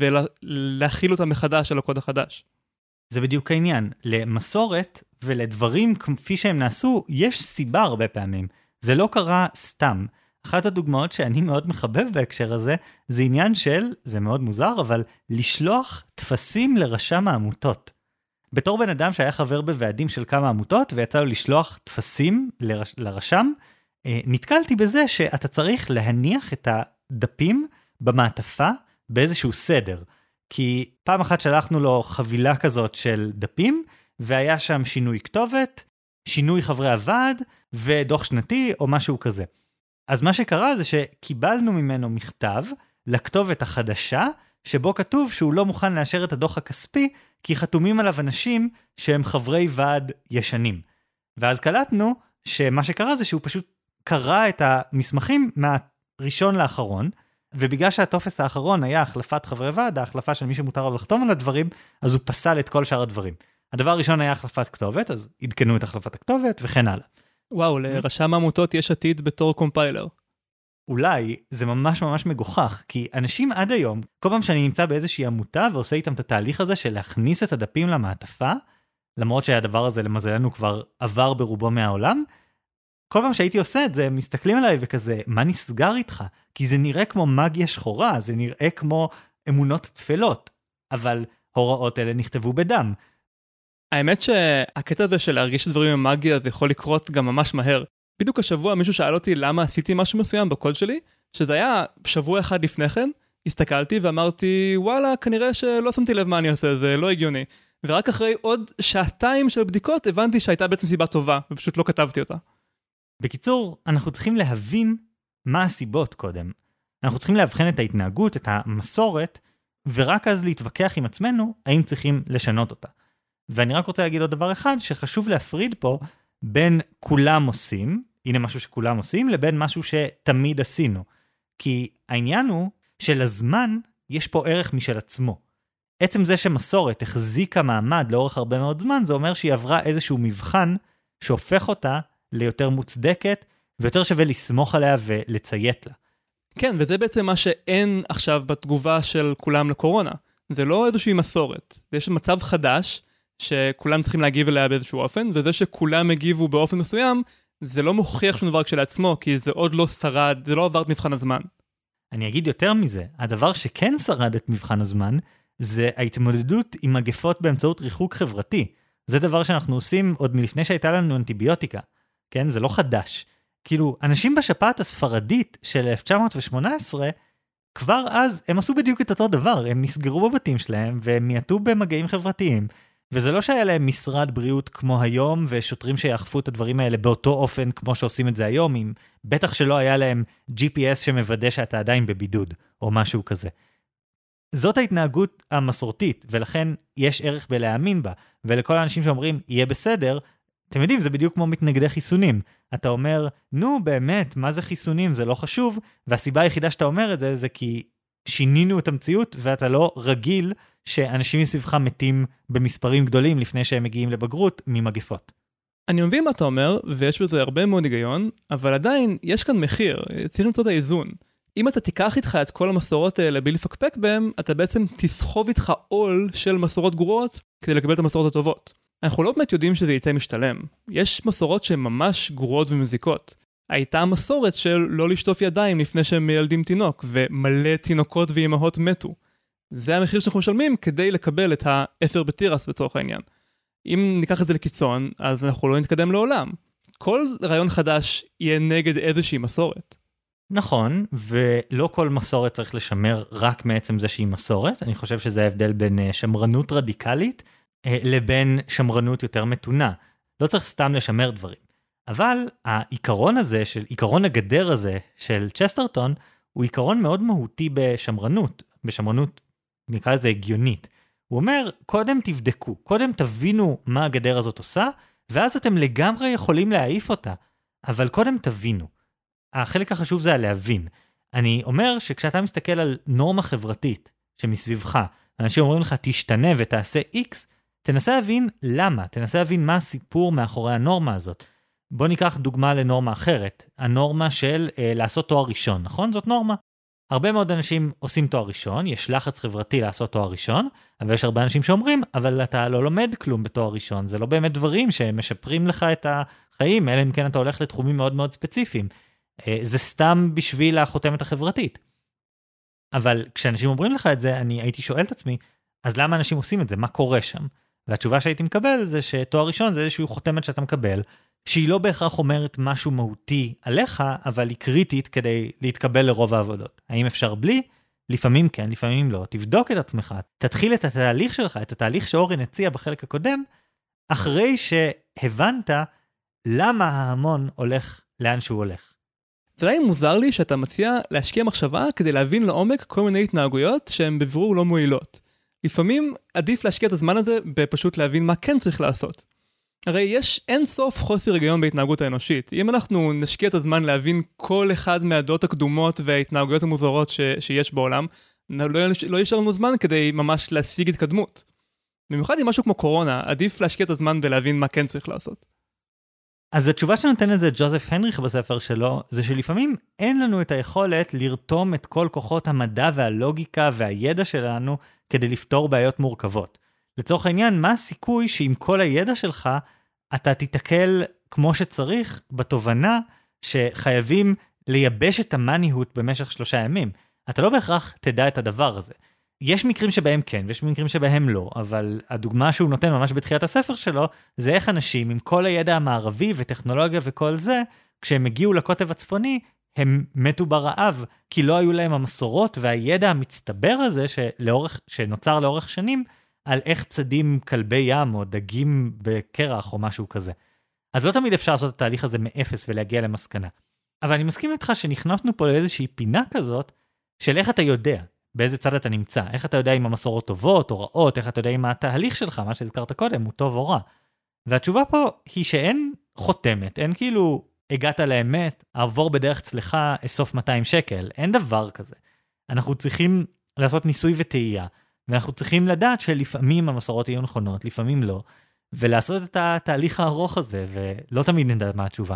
Speaker 1: ולהכיל אותה מחדש על הקוד החדש.
Speaker 2: זה בדיוק העניין. למסורת ולדברים כפי שהם נעשו, יש סיבה הרבה פעמים. זה לא קרה סתם. אחת הדוגמאות שאני מאוד מחבב בהקשר הזה, זה עניין של, זה מאוד מוזר, אבל לשלוח תפסים לרשם העמותות. בתור בן אדם שהיה חבר בוועדים של כמה עמותות, ויצא לו לשלוח תפסים לרש, לרשם, נתקלתי בזה שאתה צריך להניח את הדפים במעטפה באיזשהו סדר. כי פעם אחת שלחנו לו חבילה כזאת של דפים, והיה שם שינוי כתובת, שינוי חברי הוועד, ודוח שנתי או משהו כזה. אז מה שקרה זה שקיבלנו ממנו מכתב לכתובת החדשה, שבו כתוב שהוא לא מוכן לאשר את הדוח הכספי, כי חתומים עליו אנשים שהם חברי ועד ישנים. ואז קלטנו שמה שקרה זה שהוא פשוט קרא את המסמכים מהראשון לאחרון, ובגלל שהטופס האחרון היה החלפת חברי ועד, ההחלפה של מי שמותר לו לחתום על הדברים, אז הוא פסל את כל שאר הדברים. הדבר הראשון היה החלפת כתובת, אז עדכנו את החלפת הכתובת וכן הלאה.
Speaker 1: וואו, לרשם העמותות יש עתיד בתור קומפיילר.
Speaker 2: אולי זה ממש ממש מגוחך, כי אנשים עד היום, כל פעם שאני נמצא באיזושהי עמותה ועושה איתם את התהליך הזה של להכניס את הדפים למעטפה, למרות שהדבר הזה למזלנו כבר עבר ברובו מהעולם, כל פעם שהייתי עושה את זה, הם מסתכלים עליי וכזה, מה נסגר איתך? כי זה נראה כמו מגיה שחורה, זה נראה כמו אמונות תפלות, אבל הוראות אלה נכתבו בדם.
Speaker 1: האמת שהקטע הזה של להרגיש דברים עם מגיה זה יכול לקרות גם ממש מהר. בדיוק השבוע מישהו שאל אותי למה עשיתי משהו מסוים בקוד שלי, שזה היה שבוע אחד לפני כן, הסתכלתי ואמרתי, וואלה, כנראה שלא שמתי לב מה אני עושה, זה לא הגיוני. ורק אחרי עוד שעתיים של בדיקות הבנתי שהייתה בעצם סיבה טובה, ופשוט לא כתבתי אותה.
Speaker 2: בקיצור, אנחנו צריכים להבין מה הסיבות קודם. אנחנו צריכים להבחן את ההתנהגות, את המסורת, ורק אז להתווכח עם עצמנו, האם צריכים לשנות אותה. ואני רק רוצה להגיד עוד דבר אחד, שחשוב להפריד פה בין כולם עושים, הנה משהו שכולם עושים, לבין משהו שתמיד עשינו. כי העניין הוא שלזמן יש פה ערך משל עצמו. עצם זה שמסורת החזיקה מעמד לאורך הרבה מאוד זמן, זה אומר שהיא עברה איזשהו מבחן שהופך אותה ליותר מוצדקת, ויותר שווה לסמוך עליה ולציית לה.
Speaker 1: כן, וזה בעצם מה שאין עכשיו בתגובה של כולם לקורונה. זה לא איזושהי מסורת. יש מצב חדש שכולם צריכים להגיב אליה באיזשהו אופן, וזה שכולם הגיבו באופן מסוים, זה לא מוכיח שום דבר כשלעצמו, כי זה עוד לא שרד, זה לא עבר את מבחן הזמן.
Speaker 2: אני אגיד יותר מזה, הדבר שכן שרד את מבחן הזמן, זה ההתמודדות עם מגפות באמצעות ריחוק חברתי. זה דבר שאנחנו עושים עוד מלפני שהייתה לנו אנטיביוטיקה. כן, זה לא חדש. כאילו, אנשים בשפעת הספרדית של אלף תשע מאות שמונה עשרה, כבר אז הם עשו בדיוק את אותו דבר, הם נסגרו בבתים שלהם, והם מייתו במגעים חברתיים, וזה לא שהיה להם משרד בריאות כמו היום, ושוטרים שיאכפו את הדברים האלה באותו אופן כמו שעושים את זה היום, עם בטח שלא היה להם ג'י פי אס שמוודא שאתה עדיין בבידוד, או משהו כזה. זאת ההתנהגות המסורתית, ולכן יש ערך בלהאמין בה, ולכל האנשים שאומרים, יהיה בסדר, אתם יודעים, זה בדיוק כמו מתנגדי חיסונים. אתה אומר, נו באמת, מה זה חיסונים? זה לא חשוב, והסיבה היחידה שאתה אומר את זה, זה כי שינינו את המציאות, ואתה לא רגיל שאנשים מסביבך מתים במספרים גדולים, לפני שהם מגיעים לבגרות ממגפות.
Speaker 1: אני מבין מה אתה אומר, ויש בזה הרבה מאוד היגיון, אבל עדיין יש כאן מחיר, צריך למצוא את האיזון. אם אתה תיקח איתך את כל המסורות האלה בלי לפקפק בהם, אתה בעצם תסחוב איתך עול של מסורות גרועות כדי לקבל את המסורות הטובות. אנחנו לא באמת יודעים שזה יצא משתלם. יש מסורות שהן ממש גרועות ומזיקות. הייתה מסורת של לא לשטוף ידיים לפני שהם מילדים תינוק, ומלא תינוקות ואימהות מתו. זה המחיר שאנחנו משלמים כדי לקבל את האפר בתירס בצורך העניין. אם ניקח את זה לקיצון, אז אנחנו לא נתקדם לעולם. כל רעיון חדש יהיה נגד איזושהי מסורת.
Speaker 2: נכון, ולא כל מסורת צריך לשמר רק מעצם זה שהיא מסורת. אני חושב שזה ההבדל בין שמרנות רדיקלית לבין שמרנות יותר מתונה. לא צריך סתם לשמר דברים. אבל העיקרון הזה, של עיקרון הגדר הזה של צ'סטרטון, הוא עיקרון מאוד מהותי בשמרנות, בשמרנות נקרא לזה הגיונית. הוא אומר, קודם תבדקו, קודם תבינו מה הגדר הזאת עושה, ואז אתם לגמרי יכולים להעיף אותה, אבל קודם תבינו. החלק החשוב זה להבין. אני אומר שכשאתה מסתכל על נורמה חברתית שמסביבך, אנשים אומרים לך תשתנה ותעשה X, תנסה להבין למה, תנסה להבין מה הסיפור מאחורי הנורמה הזאת. בוא ניקח דוגמה לנורמה אחרת, הנורמה של אה, לעשות תואר ראשון, נכון? זאת נורמה. הרבה מאוד אנשים עושים תואר ראשון, יש לחץ חברתי לעשות תואר ראשון, אבל יש הרבה אנשים שאומרים, אבל אתה לא לומד כלום בתואר ראשון, זה לא באמת דברים שמשפרים לך את החיים, אלא אם כן אתה הולך לתחומים מאוד מאוד ספציפיים. אה, זה סתם בשביל החותמת החברתית. אבל כשאנשים אומרים לך את זה, אני הייתי שואל את עצמי, אז למה אנשים עושים את זה? מה קורה שם? והתשובה שהייתי מקבל זה שתואר ראשון זה איזשהו חותמת שאתה מקבל, שהיא לא בהכרח אומרת משהו מהותי עליך, אבל היא קריטית כדי להתקבל לרוב העבודות. האם אפשר בלי? לפעמים כן, לפעמים לא. תבדוק את עצמך, תתחיל את התהליך שלך, את התהליך שאורן הציע בחלק הקודם, אחרי שהבנת למה ההמון הולך לאן שהוא הולך.
Speaker 1: זה אולי מוזר לי שאתה מציע להשקיע מחשבה כדי להבין לעומק כל מיני התנהגויות שהן בבירור לא מועילות. לפעמים עדיף להשקיע את הזמן הזה בפשוט להבין מה כן צריך לעשות. הרי יש אין סוף חוסר היגיון בהתנהגות האנושית. אם אנחנו נשקיע את הזמן להבין כל אחד מהדעות הקדומות וההתנהגויות המוזרות ש- שיש בעולם, לא, לא יש לנו זמן כדי ממש להשיג התקדמות. במיוחד עם משהו כמו קורונה, עדיף להשקיע את הזמן ולהבין מה כן צריך לעשות.
Speaker 2: אז התשובה שנותן לזה ג'וזף הנריך בספר שלו, זה שלפעמים אין לנו את היכולת לרתום את כל כוחות המדע והלוגיקה והידע שלנו כדי לפתור בעיות מורכבות. לצורך העניין, מה הסיכוי שעם כל הידע שלך, אתה תתקל כמו שצריך בתובנה שחייבים לייבש את המנהיהות במשך שלושה ימים. אתה לא בהכרח תדע את הדבר הזה. יש מקרים שבהם כן, ויש מקרים שבהם לא, אבל הדוגמה שהוא נותן ממש בתחילת הספר שלו, זה איך אנשים עם כל הידע המערבי וטכנולוגיה וכל זה, כשהם הגיעו לקוטב הצפוני, הם מתו ברעב, כי לא היו להם המסורות והידע המצטבר הזה שלאורך, שנוצר לאורך שנים, על איך צדים כלבי ים או דגים בקרח או משהו כזה. אז לא תמיד אפשר לעשות את התהליך הזה מאפס ולהגיע למסקנה. אבל אני מסכים איתך שנכנסנו פה לאיזושהי פינה כזאת, של איך אתה יודע, באיזה צד אתה נמצא, איך אתה יודע אם המסורות טובות או רעות, איך אתה יודע אם התהליך שלך, מה שהזכרת קודם, הוא טוב או רע. והתשובה פה היא שאין חותמת, אין כאילו הגעת לאמת, עבור בדרך צלחה, אסוף מאתיים שקל, אין דבר כזה. אנחנו צריכים לעשות ניסוי וטעייה, ואנחנו צריכים לדעת שלפעמים המסורות יהיו נכונות, לפעמים לא, ולעשות את התהליך הארוך הזה, ולא תמיד נדע מה התשובה.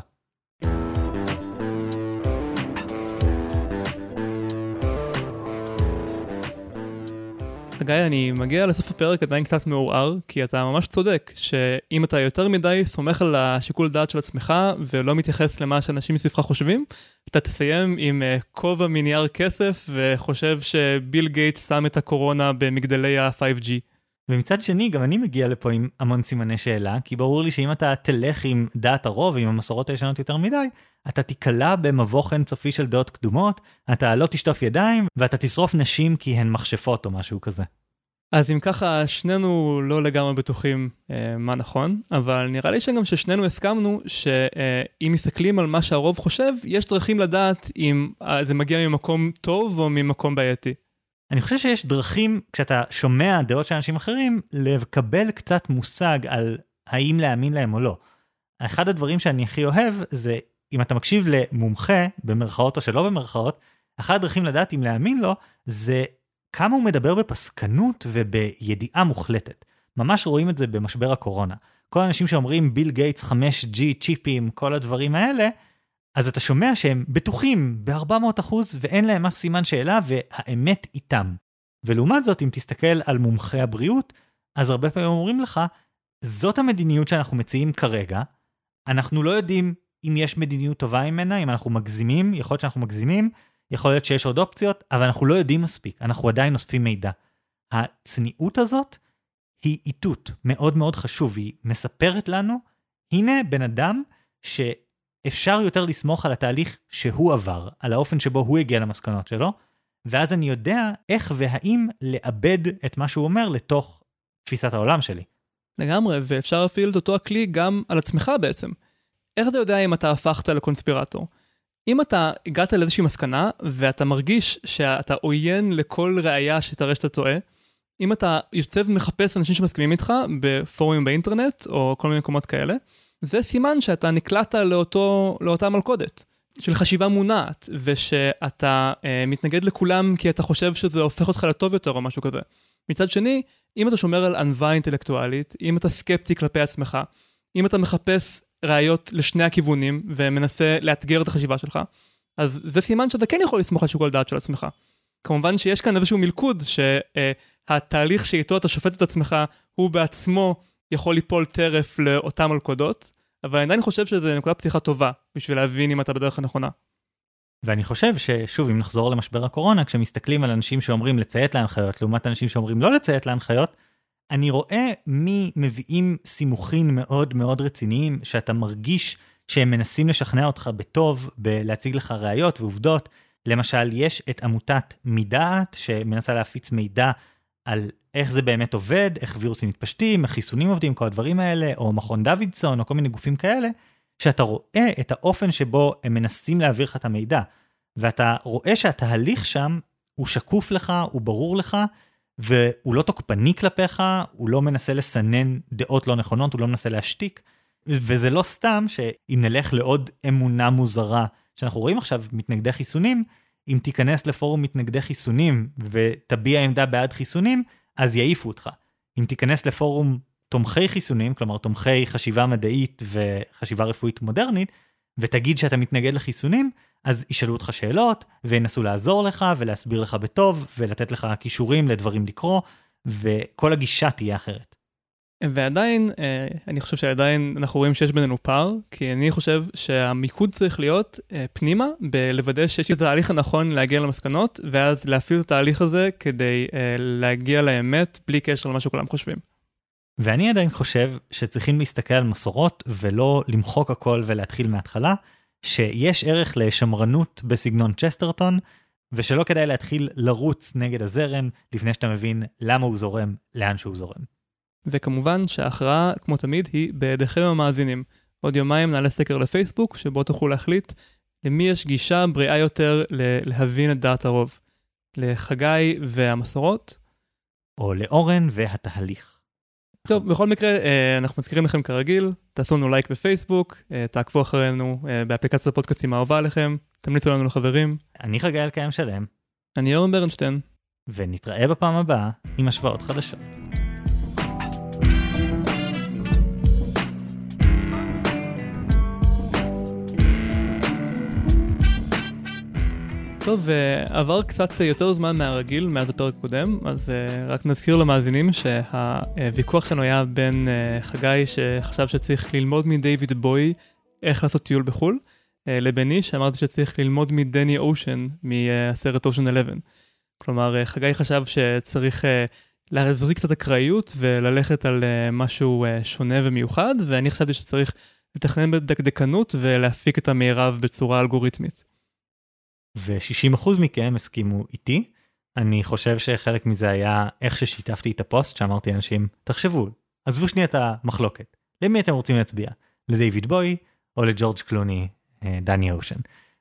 Speaker 1: גיא, אני מגיע לסוף הפרק עדיין קצת מעורער, כי אתה ממש צודק, שאם אתה יותר מדי סומך על השיקול דעת של עצמך, ולא מתייחס למה שאנשים מסביבך חושבים, אתה תסיים עם כובע מנייר כסף, וחושב שביל גייטס שם את הקורונה במגדלי ה-פייב ג'י.
Speaker 2: ומצד שני, גם אני מגיע לפה עם המון סימני שאלה, כי ברור לי שאם אתה תלך עם דעת הרוב, עם המסורות הישנות יותר מדי, אתה תיקלה במבוך אינסופי של דעות קדומות, אתה לא תשטוף ידיים, ואתה תשרוף נשים כי הן מכשפות או משהו כזה.
Speaker 1: אז אם ככה, שנינו לא לגמרי בטוחים אה, מה נכון, אבל נראה לי שגם ששנינו הסכמנו שאם מסתכלים על מה שהרוב חושב, יש דרכים לדעת אם אה, זה מגיע ממקום טוב או ממקום בעייתי.
Speaker 2: אני חושב שיש דרכים, כשאתה שומע דעות של אנשים אחרים, לקבל קצת מושג על האם להאמין להם או לא. אחד הדברים שאני הכי אוהב זה, אם אתה מקשיב למומחה, במרכאות או שלא במרכאות, אחד הדרכים לדעת אם להאמין לו, זה כמה הוא מדבר בפסקנות ובידיעה מוחלטת. ממש רואים את זה במשבר הקורונה. כל האנשים שאומרים ביל גייטס חמש ג'י צ'יפים, כל הדברים האלה, אז אתה שומע שהם בטוחים ב-ארבע מאות אחוז ואין להם אף סימן שאלה והאמת איתם. ולעומת זאת, אם תסתכל על מומחי הבריאות, אז הרבה פעמים אומרים לך, זאת המדיניות שאנחנו מציעים כרגע, אנחנו לא יודעים אם יש מדיניות טובה ממנה, אם אנחנו מגזימים, יכול להיות שאנחנו מגזימים, יכול להיות שיש עוד אופציות, אבל אנחנו לא יודעים מספיק, אנחנו עדיין אוספים מידע. הצניעות הזאת היא איתות מאוד מאוד חשוב, היא מספרת לנו, הנה בן אדם שאפשר יותר לסמוך על התהליך שהוא עבר, על האופן שבו הוא הגיע למסקנות שלו, ואז אני יודע איך והאם לאבד את מה שהוא אומר לתוך תפיסת העולם שלי.
Speaker 1: לגמרי, ואפשר להפעיל את אותו הכלי גם על עצמך בעצם. איך אתה יודע אם אתה הפכת לקונספירטור? אם אתה הגעת לאיזושהי מסקנה, ואתה מרגיש שאתה עוין לכל ראייה שתראה שאתה טועה, אם אתה יוצא ומחפש אנשים שמסכימים איתך בפורומים באינטרנט, או כל מיני מקומות כאלה, זה סימן שאתה נקלעת לאותו, לאותה מלכודת, של חשיבה מונעת, ושאתה אה, מתנגד לכולם כי אתה חושב שזה הופך אותך לטוב יותר או משהו כזה. מצד שני, אם אתה שומר על ענווה אינטלקטואלית, אם אתה סקפטי כלפי עצמך, אם אתה מחפש ראיות לשני הכיוונים ומנסה לאתגר את החשיבה שלך, אז זה סימן שאתה כן יכול לסמוך על שיקול דעת של עצמך. כמובן שיש כאן איזשהו מלכוד שהתהליך שאיתו אתה שופט את עצמך הוא בעצמו יכול ליפול טרף לאותם מלכודות, אבל אני עדיין חושב שזה נקודה פתיחה טובה בשביל להבין אם אתה בדרך הנכונה.
Speaker 2: ואני חושב ששוב, אם נחזור למשבר הקורונה, כשמסתכלים על אנשים שאומרים לציית להנחיות, לעומת אנשים שאומרים לא לציית להנחיות, אני רואה מי מביאים סימוכין מאוד מאוד רציניים, שאתה מרגיש שהם מנסים לשכנע אותך בטוב, בלהציג לך ראיות ועובדות. למשל, יש את עמותת מדעת, שמנסה להפיץ מידע על איך זה באמת עובד, איך וירוסים מתפשטים, איך חיסונים עובדים, כל הדברים האלה, או מכון דוידסון, או כל מיני גופים כאלה, שאתה רואה את האופן שבו הם מנסים להעביר לך את המידע, ואתה רואה שהתהליך שם הוא שקוף לך, הוא ברור לך, והוא לא תוקפני כלפיך, הוא לא מנסה לסנן דעות לא נכונות, הוא לא מנסה להשתיק, וזה לא סתם שאם נלך לעוד אמונה מוזרה, שאנחנו רואים עכשיו מתנגדי חיסונים, אם תיכנס לפורום מתנגדי חיסונים, ותביע עמדה בעד חיסונים, אז יעיפו אותך. אם תיכנס לפורום תומכי חיסונים, כלומר תומכי חשיבה מדעית וחשיבה רפואית מודרנית, ותגיד שאתה מתנגד לחיסונים, אז ישאלו אותך שאלות, וינסו לעזור לך ולהסביר לך בטוב, ולתת לך קישורים לדברים לקרוא, וכל הגישה תהיה אחרת.
Speaker 1: ועדיין, אני חושב שעדיין אנחנו רואים שיש בינינו פער, כי אני חושב שהמיקוד צריך להיות פנימה, בלוודא שיש את התהליך הנכון להגיע למסקנות, ואז להפעיל את התהליך הזה כדי להגיע לאמת, בלי קשר למה שכולם חושבים.
Speaker 2: ואני עדיין חושב שצריכים להסתכל על מסורות, ולא למחוק הכל ולהתחיל מההתחלה, שיש ערך לשמרנות בסגנון צ'סטרטון, ושלא כדאי להתחיל לרוץ נגד הזרם, לפני שאתה מבין למה הוא זורם, לאן שהוא זורם.
Speaker 1: וכמובן שההכרעה, כמו תמיד, היא בידיכם המאזינים. עוד יומיים נעלה סקר לפייסבוק, שבו תוכלו להחליט למי יש גישה בריאה יותר להבין את דעת הרוב. לחגי והמסורות.
Speaker 2: או לאורן והתהליך.
Speaker 1: טוב, בכל מקרה, אנחנו מזכירים לכם כרגיל, תעשו לנו לייק בפייסבוק, תעקבו אחרינו באפליקציות הפודקאסטים האהובה עליכם, תמליצו לנו לחברים.
Speaker 2: אני חגי אלקיים שלם.
Speaker 1: אני אורן ברנשטיין.
Speaker 2: ונתראה בפעם הבאה עם השוואות חדשות.
Speaker 1: טוב, עבר קצת יותר זמן מהרגיל, מאז הפרק קודם, אז רק נזכיר למאזינים שהוויכוח שלנו היה בין חגי שחשב שצריך ללמוד מדייוויד בוי איך לעשות טיול בחול, לביני שאמרתי שצריך ללמוד מדני אושן מהסרט אושן אחת עשרה. כלומר, חגי חשב שצריך להזריק קצת אקראיות וללכת על משהו שונה ומיוחד, ואני חשבתי שצריך לתכנן בדקדקנות ולהפיק את המערב בצורה אלגוריתמית.
Speaker 2: ו-שישים אחוז מכם הסכימו איתי, אני חושב שחלק מזה היה איך ששיתפתי את הפוסט, שאמרתי לאנשים, תחשבו, עזבו שנייה את המחלוקת. למי אתם רוצים להצביע? לדיוויד בוי או לג'ורג' קלוני, דני אושן?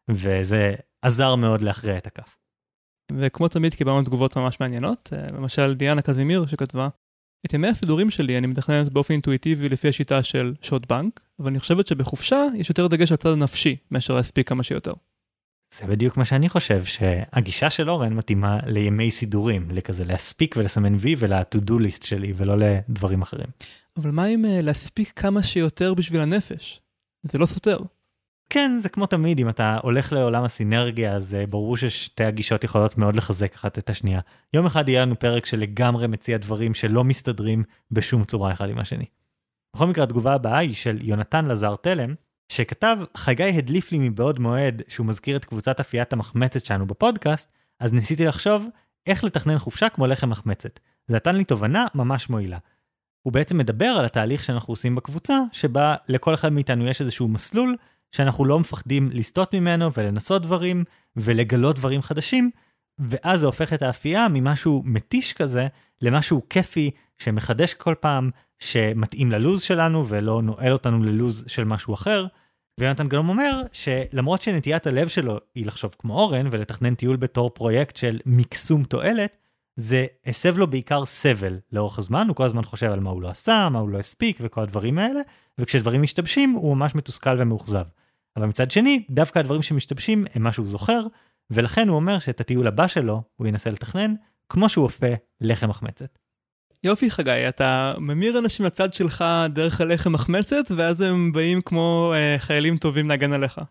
Speaker 2: וזה עזר מאוד להכריע את הכף.
Speaker 1: וכמו תמיד קיבלנו תגובות ממש מעניינות, למשל דיאנה קזימיר שכתבה, את ימי הסידורים שלי אני מתכננת באופן אינטואיטיבי לפי השיטה של שעות בנק, אבל אני חושבת שבחופשה יש יותר דגש על צד הנפשי מאשר להספיק כמה שיותר.
Speaker 2: זה בדיוק מה שאני חושב, שהגישה של אורן מתאימה לימי סידורים, לכזה להספיק ולסמן וי ול-to-do list שלי ולא לדברים אחרים.
Speaker 1: אבל מה אם להספיק כמה שיותר בשביל הנפש? זה לא סותר.
Speaker 2: כן, זה כמו תמיד, אם אתה הולך לעולם הסינרגיה, אז ברור ששתי הגישות יכולות מאוד לחזק אחת את השנייה. יום אחד יהיה לנו פרק שלגמרי מציע דברים שלא מסתדרים בשום צורה אחד עם השני. בכל מקרה, התגובה הבאה היא של יונתן לזר תלם, שכתב, חגי הדליף לי מבעוד מועד שהוא מזכיר את קבוצת אפיית המחמצת שלנו בפודקאסט, אז ניסיתי לחשוב איך לתכנן חופשה כמו לחם מחמצת. זה נתן לי תובנה ממש מועילה. הוא בעצם מדבר על התהליך שאנחנו עושים בקבוצה, שבה לכל אחד מאיתנו יש איזשהו מסלול, שאנחנו לא מפחדים לסטות ממנו ולנסות דברים, ולגלות דברים חדשים, ואז זה הופך את האפייה ממשהו מתיש כזה, למשהו כיפי שמחדש כל פעם, שמתאים ללוז שלנו, ולא נועל אותנו ללוז של משהו אחר. ויונתן גם אומר שלמרות שנטיית הלב שלו היא לחשוב כמו אורן, ולתכנן טיול בתור פרויקט של מקסום תועלת, זה הסב לו בעיקר סבל לאורך הזמן, הוא כל הזמן חושב על מה הוא לא עשה, מה הוא לא הספיק וכל הדברים האלה, וכשדברים משתבשים הוא ממש מתוסכל ומאוכזב. אבל מצד שני, דווקא הדברים שמשתבשים הם מה שהוא זוכר, ולכן הוא אומר שאת הטיול הבא שלו הוא ינסה לתכנן, כמו שהוא אופה לחם מחמצת.
Speaker 1: יופי חגי, אתה ממיר אנשים לצד שלך דרך הלחם מחמצת, ואז הם באים כמו אה, חיילים טובים להגן עליך.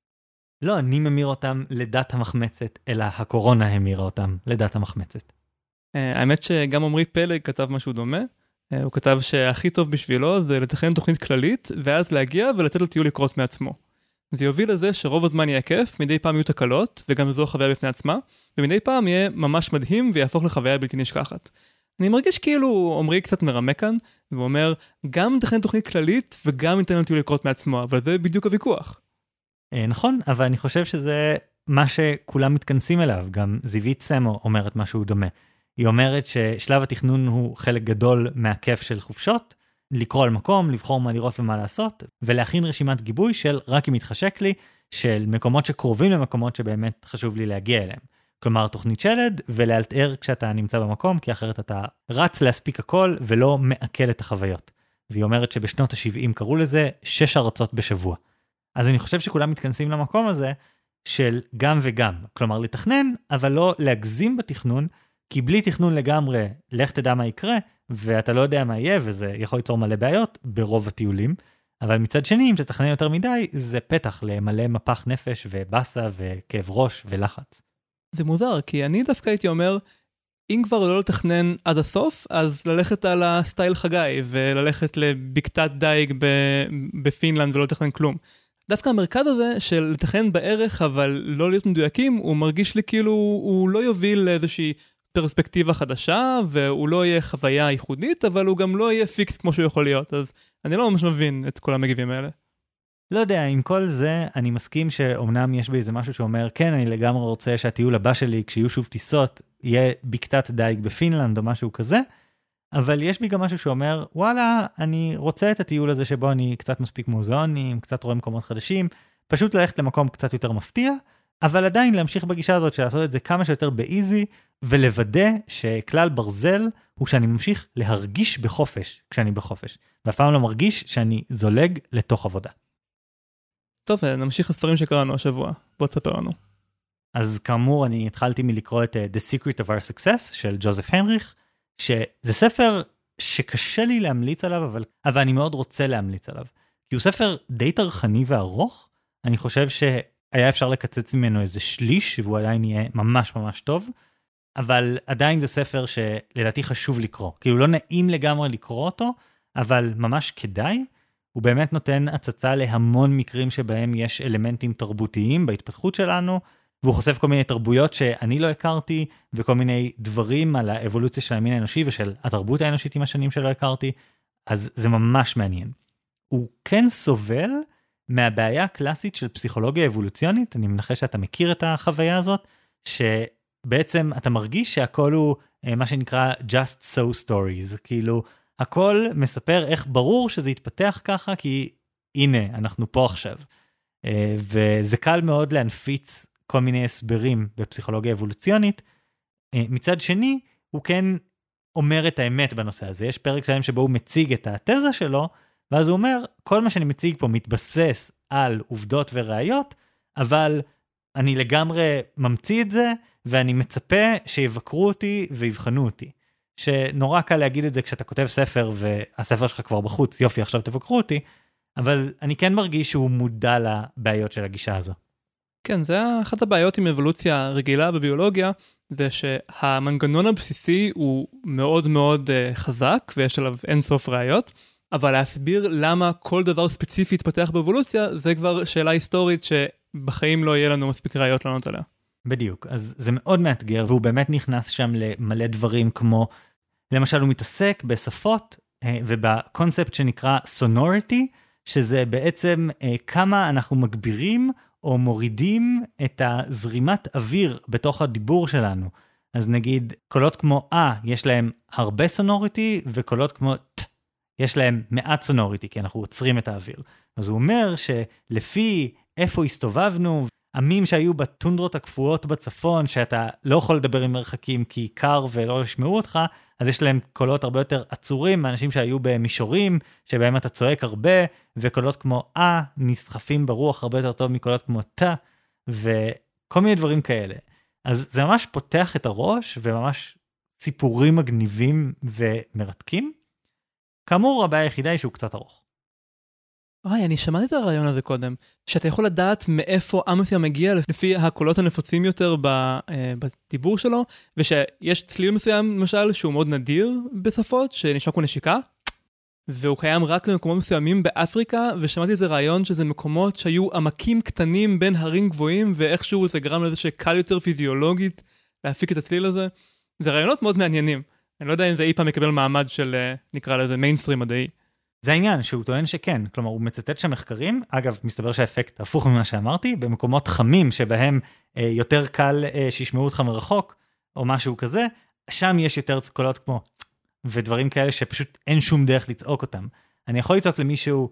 Speaker 2: לא, אני ממיר אותם לדת המחמצת, אלא הקורונה המירה אותם לדת המחמצת.
Speaker 1: אה, האמת שגם עמרי פלג כתב משהו דומה, אה, הוא כתב שהכי טוב בשבילו זה לתכנן תוכנית כללית, ואז להגיע ולתת לטיול לקרות מעצמו. זה יוביל לזה שרוב הזמן יהיה כיף, מדי פעם יהיו תקלות, וגם זו חוויה בפני עצמה, ומדי פעם יהיה ממש מדהים ויהפוך לחוויה בלתי נשכחת. אני מרגיש כאילו עמרי קצת מרמה כאן, ואומר, גם תכנן תוכנית כללית, וגם ניתן לטיול לקרות מעצמו, אבל זה בדיוק הוויכוח.
Speaker 2: נכון, אבל אני חושב שזה מה שכולם מתכנסים אליו, גם זיווית סמו אומרת משהו דומה. היא אומרת ששלב התכנון הוא חלק גדול מהכיף של חופשות, לקרוא על מקום, לבחור מה לראות ומה לעשות, ולהכין רשימת גיבוי של רק אם מתחשק לי, של מקומות שקרובים למקומות שבאמת חשוב לי להגיע אליהם. כלומר, תוכנית שלד, ולאלתר כשאתה נמצא במקום, כי אחרת אתה רץ להספיק הכל, ולא מעכל את החוויות. והיא אומרת שבשנות ה-שבעים קראו לזה שש ארצות בשבוע. אז אני חושב שכולם מתכנסים למקום הזה, של גם וגם. כלומר, לתכנן, אבל לא להגזים בתכנון, כי בלי תכנון לגמרי, לך תדע מה יקרה, ואתה לא יודע מה יהיה, וזה יכול ליצור מלא בעיות ברוב הטיולים. אבל מצד שני, אם תתכנן יותר מדי, זה פתח למלא מפח נפש ובאסה וכאב ראש ולחץ.
Speaker 1: זה מוזר, כי אני דווקא הייתי אומר, אם כבר לא לתכנן עד הסוף, אז ללכת על הסטייל חגי, וללכת לבקתת דייג בפינלנד ולא לתכנן כלום. דווקא המרכז הזה של לתכנן בערך, אבל לא להיות מדויקים, הוא מרגיש לי כאילו הוא לא יוביל לאיזושהי פרספקטיבה חדשה, והוא לא יהיה חוויה ייחודית, אבל הוא גם לא יהיה פיקס כמו שהוא יכול להיות. אז אני לא ממש מבין את כל המגיבים האלה.
Speaker 2: לא יודע, עם כל זה, אני מסכים שאומנם יש באיזה משהו שאומר, כן, אני לגמרי רוצה שהטיול הבא שלי, כשיהיו שוב טיסות, יהיה בקתת דייג בפינלנד או משהו כזה, אבל יש בי גם משהו שאומר, וואלה, אני רוצה את הטיול הזה שבו אני קצת מספיק מוזיאונים, קצת רואה מקומות חדשים, פשוט ללכת למקום קצת יותר מפתיע, אבל עדיין להמשיך בגישה הזאת של לעשות את זה כמה שיותר באיזי, ולוודא שכלל ברזל הוא שאני ממשיך להרגיש בחופש כשאני בחופש, ואף פעם לא מרגיש שאני זולג לתוך עבודה.
Speaker 1: טוב, נמשיך לספרים שקראנו השבוע. בוא תספר לנו.
Speaker 2: אז כאמור, אני התחלתי מלקרוא את The Secret of Our Success של ג'וזף הנריך, שזה ספר שקשה לי להמליץ עליו, אבל, אבל אני מאוד רוצה להמליץ עליו. כי הוא ספר די תרחני וארוך, אני חושב שהיה אפשר לקצץ ממנו איזה שליש, והוא עדיין יהיה ממש ממש טוב, אבל עדיין זה ספר שלדעתי חשוב לקרוא. כאילו לא נעים לגמרי לקרוא אותו, אבל ממש כדאי. הוא באמת נותן הצצה להמון מקרים שבהם יש אלמנטים תרבותיים בהתפתחות שלנו, והוא חושף כל מיני תרבויות שאני לא הכרתי, וכל מיני דברים על האבולוציה של המין האנושי ושל התרבות האנושית עם השנים שלא הכרתי, אז זה ממש מעניין. הוא כן סובל מהבעיה הקלאסית של פסיכולוגיה אבולוציונית, אני מנחש שאתה מכיר את החוויה הזאת, בעצם אתה מרגיש שהכל הוא מה שנקרא just so stories, כאילו הכל מספר איך ברור שזה יתפתח ככה, כי הנה, אנחנו פה עכשיו. וזה קל מאוד להנפיץ כל מיני הסברים בפסיכולוגיה אבולוציונית. מצד שני, הוא כן אומר את האמת בנושא הזה. יש פרק שלם שבו הוא מציג את התזה שלו, ואז הוא אומר, כל מה שאני מציג פה מתבסס על עובדות וראיות, אבל אני לגמרי ממציא את זה, ואני מצפה שיבקרו אותי ויבחנו אותי. שנורא קל להגיד את זה כשאתה כותב ספר, והספר שלך כבר בחוץ, יופי, עכשיו תבקרו אותי, אבל אני כן מרגיש שהוא מודע לבעיות של הגישה הזו.
Speaker 1: כן, זה אחת הבעיות עם אבולוציה רגילה בביולוגיה, זה שהמנגנון הבסיסי הוא מאוד מאוד uh, חזק, ויש עליו אין סוף ראיות, אבל להסביר למה כל דבר ספציפי יתפתח באבולוציה, זה כבר שאלה היסטורית שבחיים לא יהיה לנו מספיק ראיות לענות עליה.
Speaker 2: בדיוק, אז זה מאוד מאתגר, והוא באמת נכנס שם למלא דברים כמו, למשל הוא מתעסק בשפות, ובקונספט שנקרא sonority, שזה בעצם כמה אנחנו מגבירים או מורידים את הזרימת אוויר בתוך הדיבור שלנו. אז נגיד, קולות כמו אה, יש להם הרבה סונוריטי, וקולות כמו ת, יש להם מעט סונוריטי, כי אנחנו עוצרים את האוויר. אז הוא אומר שלפי איפה הסתובבנו, עמים שהיו בטונדרות הקפואות בצפון, שאתה לא יכול לדבר עם מרחקים כי קר ולא ישמעו אותך, אז יש להם קולות הרבה יותר עצורים, מאנשים שהיו במישורים, שבהם אתה צועק הרבה, וקולות כמו אה, נסחפים ברוח הרבה יותר טוב מקולות כמו תא, וכל מיני דברים כאלה. אז זה ממש פותח את הראש, וממש סיפורים מגניבים ומרתקים. כאמור, הבעיה היחידה היא שהוא קצת ארוך.
Speaker 1: אוי, אני שמעתי את הרעיון הזה קודם, שאתה יכול לדעת מאיפה עם מסוים מגיע לפי הקולות הנפוצים יותר בדיבור שלו, ושיש צליל מסוים, למשל, שהוא מאוד נדיר בשפות, שנשמע כמו נשיקה, והוא קיים רק במקומות מסוימים באפריקה, ושמעתי איזה רעיון שזה מקומות שהיו עמקים קטנים בין הרים גבוהים, ואיכשהו זה גרם לזה שקל יותר פיזיולוגית להפיק את הצליל הזה. זה רעיונות מאוד מעניינים. אני לא יודע אם זה אי פעם מקבל מעמד של, נקרא לזה, מיינסטרים מדעי.
Speaker 2: זה העניין, שהוא טוען שכן, כלומר הוא מצטט שם מחקרים, אגב מסתבר שהאפקט הפוך ממה שאמרתי, במקומות חמים שבהם אה, יותר קל אה, שישמעו אותך מרחוק, או משהו כזה, שם יש יותר קולות כמו, ודברים כאלה שפשוט אין שום דרך לצעוק אותם. אני יכול לצעוק למישהו,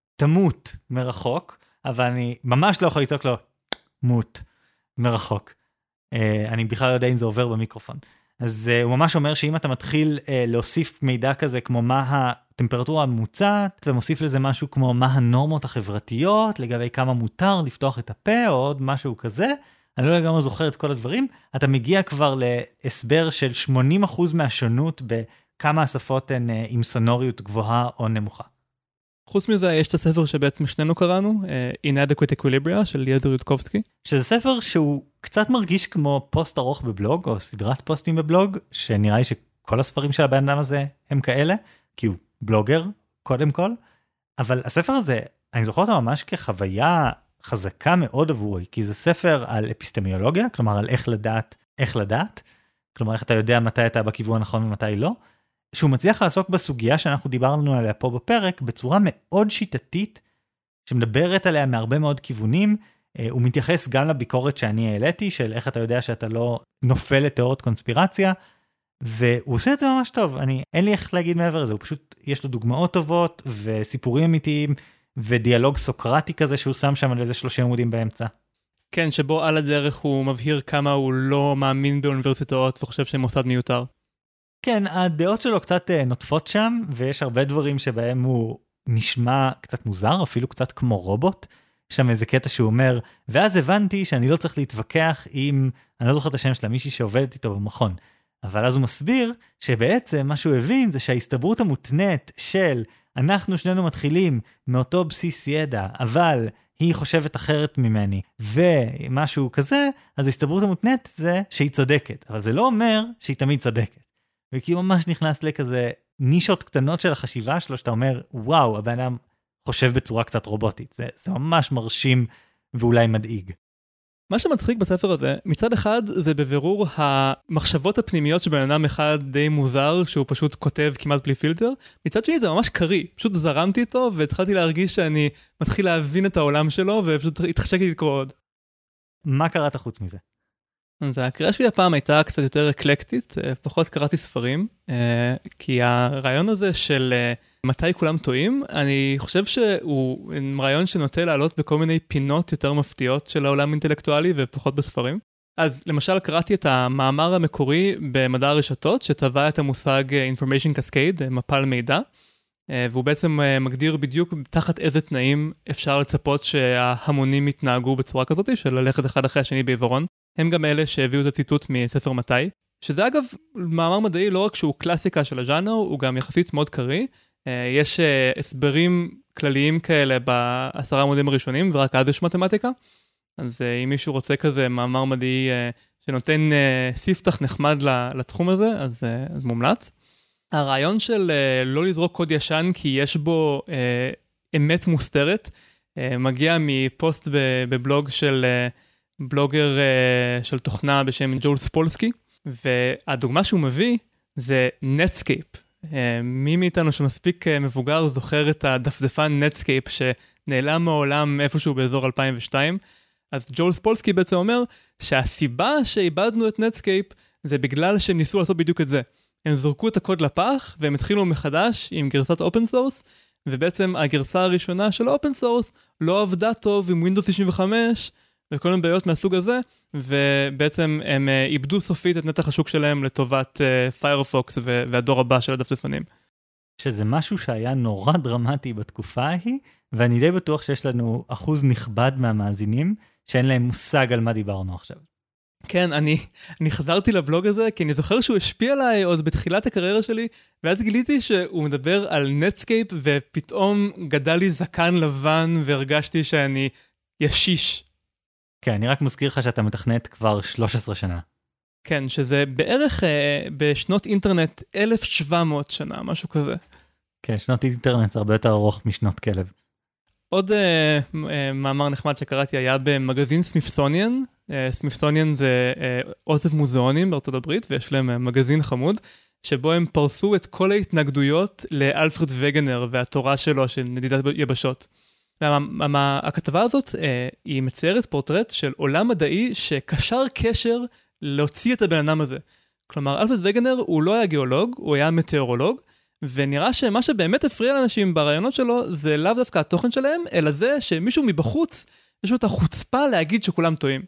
Speaker 2: תמות מרחוק, אבל אני ממש לא יכול לצעוק לו, מות מרחוק. אה, אני בכלל לא יודע אם זה עובר במיקרופון. אז uh, הוא ממש אומר שאם אתה מתחיל uh, להוסיף מידע כזה כמו מה הטמפרטורה הממוצעת, ומוסיף לזה משהו כמו מה הנורמות החברתיות, לגבי כמה מותר לפתוח את הפה, או עוד משהו כזה, אני לא יודע גם זוכר את כל הדברים, אתה מגיע כבר להסבר של שמונים אחוז מהשונות בכמה השפות הן uh, עם סונוריות גבוהה או נמוכה.
Speaker 1: חוץ מזה, יש את הספר שבעצם שנינו קראנו, uh, Inadequate Equilibria של אליעזר יודקובסקי.
Speaker 2: שזה ספר שהוא קצת מרגיש כמו פוסט ארוך בבלוג, או סדרת פוסטים בבלוג, שנראה לי שכל הספרים של הבן אדם הזה הם כאלה, כי הוא בלוגר, קודם כל. אבל הספר הזה, אני זוכר אותו ממש כחוויה חזקה מאוד עבורי, כי זה ספר על אפיסטמיולוגיה, כלומר על איך לדעת, איך לדעת, כלומר איך אתה יודע מתי אתה בכיוון הנכון ומתי לא, שהוא מצליח לעסוק בסוגיה שאנחנו דיברנו עליה פה בפרק, בצורה מאוד שיטתית, שמדברת עליה מהרבה מאוד כיוונים, הוא מתייחס גם לביקורת שאני העליתי, של איך אתה יודע שאתה לא נופל לתיאוריות קונספירציה, והוא עושה את זה ממש טוב, אני, אין לי איך להגיד מעבר לזה, הוא פשוט, יש לו דוגמאות טובות, וסיפורים אמיתיים, ודיאלוג סוקרטי כזה, שהוא שם שם על איזה שלושים עמודים באמצע.
Speaker 1: כן, שבו על הדרך הוא מבהיר כמה הוא לא מאמין באוניברסיטאות, וחושב שהם מוסד מיותר.
Speaker 2: כן, הדעות שלו קצת נוטפות שם, ויש הרבה דברים שבהם הוא נשמע קצת מוזר, אפילו קצת כמו רובוט, שם איזה קטע שהוא אומר, ואז הבנתי שאני לא צריך להתווכח עם, אני לא זוכר את השם שלה, מישהי שעובדת איתו במכון, אבל אז הוא מסביר שבעצם מה שהוא הבין זה שההסתברות המותנית של אנחנו שנינו מתחילים מאותו בסיס ידע, אבל היא חושבת אחרת ממני, ומשהו כזה, אז ההסתברות המותנית זה שהיא צודקת, אבל זה לא אומר שהיא תמיד צודקת. וכי הוא ממש נכנס לכזה נישות קטנות של החשיבה שלו, שאתה אומר, וואו, הבן אדם חושב בצורה קצת רובוטית. זה, זה ממש מרשים ואולי מדאיג.
Speaker 1: מה שמצחיק בספר הזה, מצד אחד זה בבירור המחשבות הפנימיות שבן אדם אחד די מוזר, שהוא פשוט כותב כמעט בלי פילטר. מצד שני זה ממש קרי, פשוט זרמתי איתו והתחלתי להרגיש שאני מתחיל להבין את העולם שלו, ופשוט התחשק לי לקרוא עוד.
Speaker 2: מה קראת חוץ מזה?
Speaker 1: אז הקריאה שלי הפעם הייתה קצת יותר אקלקטית, פחות קראתי ספרים, כי הרעיון הזה של מתי כולם טועים, אני חושב שהוא רעיון שנוטה לעלות בכל מיני פינות יותר מפתיעות של העולם האינטלקטואלי ופחות בספרים. אז למשל קראתי את המאמר המקורי במדע הרשתות, שטבע את המושג Information Cascade, מפל מידע, והוא בעצם מגדיר בדיוק תחת איזה תנאים אפשר לצפות שההמונים יתנהגו בצורה כזאת, של ללכת אחד אחרי השני בעיוורון. הם גם אלה שהביאו את הציטוט מספר מתי, שזה אגב מאמר מדעי לא רק שהוא קלאסיקה של הז'אנר, הוא גם יחסית מאוד קריא. יש הסברים כלליים כאלה בעשרה עמודים הראשונים, ורק אז יש מתמטיקה. אז אם מישהו רוצה כזה מאמר מדעי שנותן ספתח נחמד לתחום הזה, אז, אז מומלץ. הרעיון של לא לזרוק קוד ישן כי יש בו אמת מוסתרת, מגיע מפוסט בבלוג של בלוגר של תוכנה בשם ג'ול ספולסקי, והדוגמה שהוא מביא זה נטסקייפ. מי מאיתנו שמספיק מבוגר זוכר את הדפדפן נטסקייפ שנעלם מעולם איפשהו באזור אלפיים ושתיים, אז ג'ול ספולסקי בעצם אומר שהסיבה שאיבדנו את נטסקייפ זה בגלל שהם ניסו לעשות בדיוק את זה. הם זרקו את הקוד לפח והם התחילו מחדש עם גרסת אופן סורס, ובעצם הגרסה הראשונה של אופן סורס לא עבדה טוב עם ווינדוס תשעים וחמש וכל מיני בעיות מהסוג הזה, ובעצם הם איבדו סופית את נתח השוק שלהם לטובת פיירפוקס והדור הבא של הדפדפנים.
Speaker 2: שזה משהו שהיה נורא דרמטי בתקופה ההיא, ואני די בטוח שיש לנו אחוז נכבד מהמאזינים שאין להם מושג על מה דיברנו עכשיו.
Speaker 1: כן, אני, אני חזרתי לבלוג הזה, כי אני זוכר שהוא השפיע עליי עוד בתחילת הקריירה שלי, ואז גיליתי שהוא מדבר על נטסקייפ, ופתאום גדל לי זקן לבן, והרגשתי שאני ישיש.
Speaker 2: כן, אני רק מזכיר לך שאתה מתכנת כבר שלוש עשרה שנה.
Speaker 1: כן, שזה בערך אה, בשנות אינטרנט אלף שבע מאות שנה, משהו כזה.
Speaker 2: כן, שנות אינטרנט זה הרבה יותר ארוך משנות כלב.
Speaker 1: עוד אה, אה, מאמר נחמד שקראתי היה במגזין סמית'סוניאן. אה, סמית'סוניאן זה אה, אוסף מוזיאונים בארצות הברית, ויש להם אה, מגזין חמוד, שבו הם פרסו את כל ההתנגדויות לאלפרד וגנר והתורה שלו של נדידת יבשות. הכתבה הזאת אה, היא מציירת פורטרט של עולם מדעי שקשר קשר להוציא את הבן אדם הזה. כלומר, אלפרד וגנר הוא לא היה גיאולוג, הוא היה מטאורולוג, ונראה שמה שבאמת הפריע לאנשים ברעיונות שלו זה לאו דווקא התוכן שלהם, אלא זה שמישהו מבחוץ יש לו את החוצפה להגיד שכולם טועים.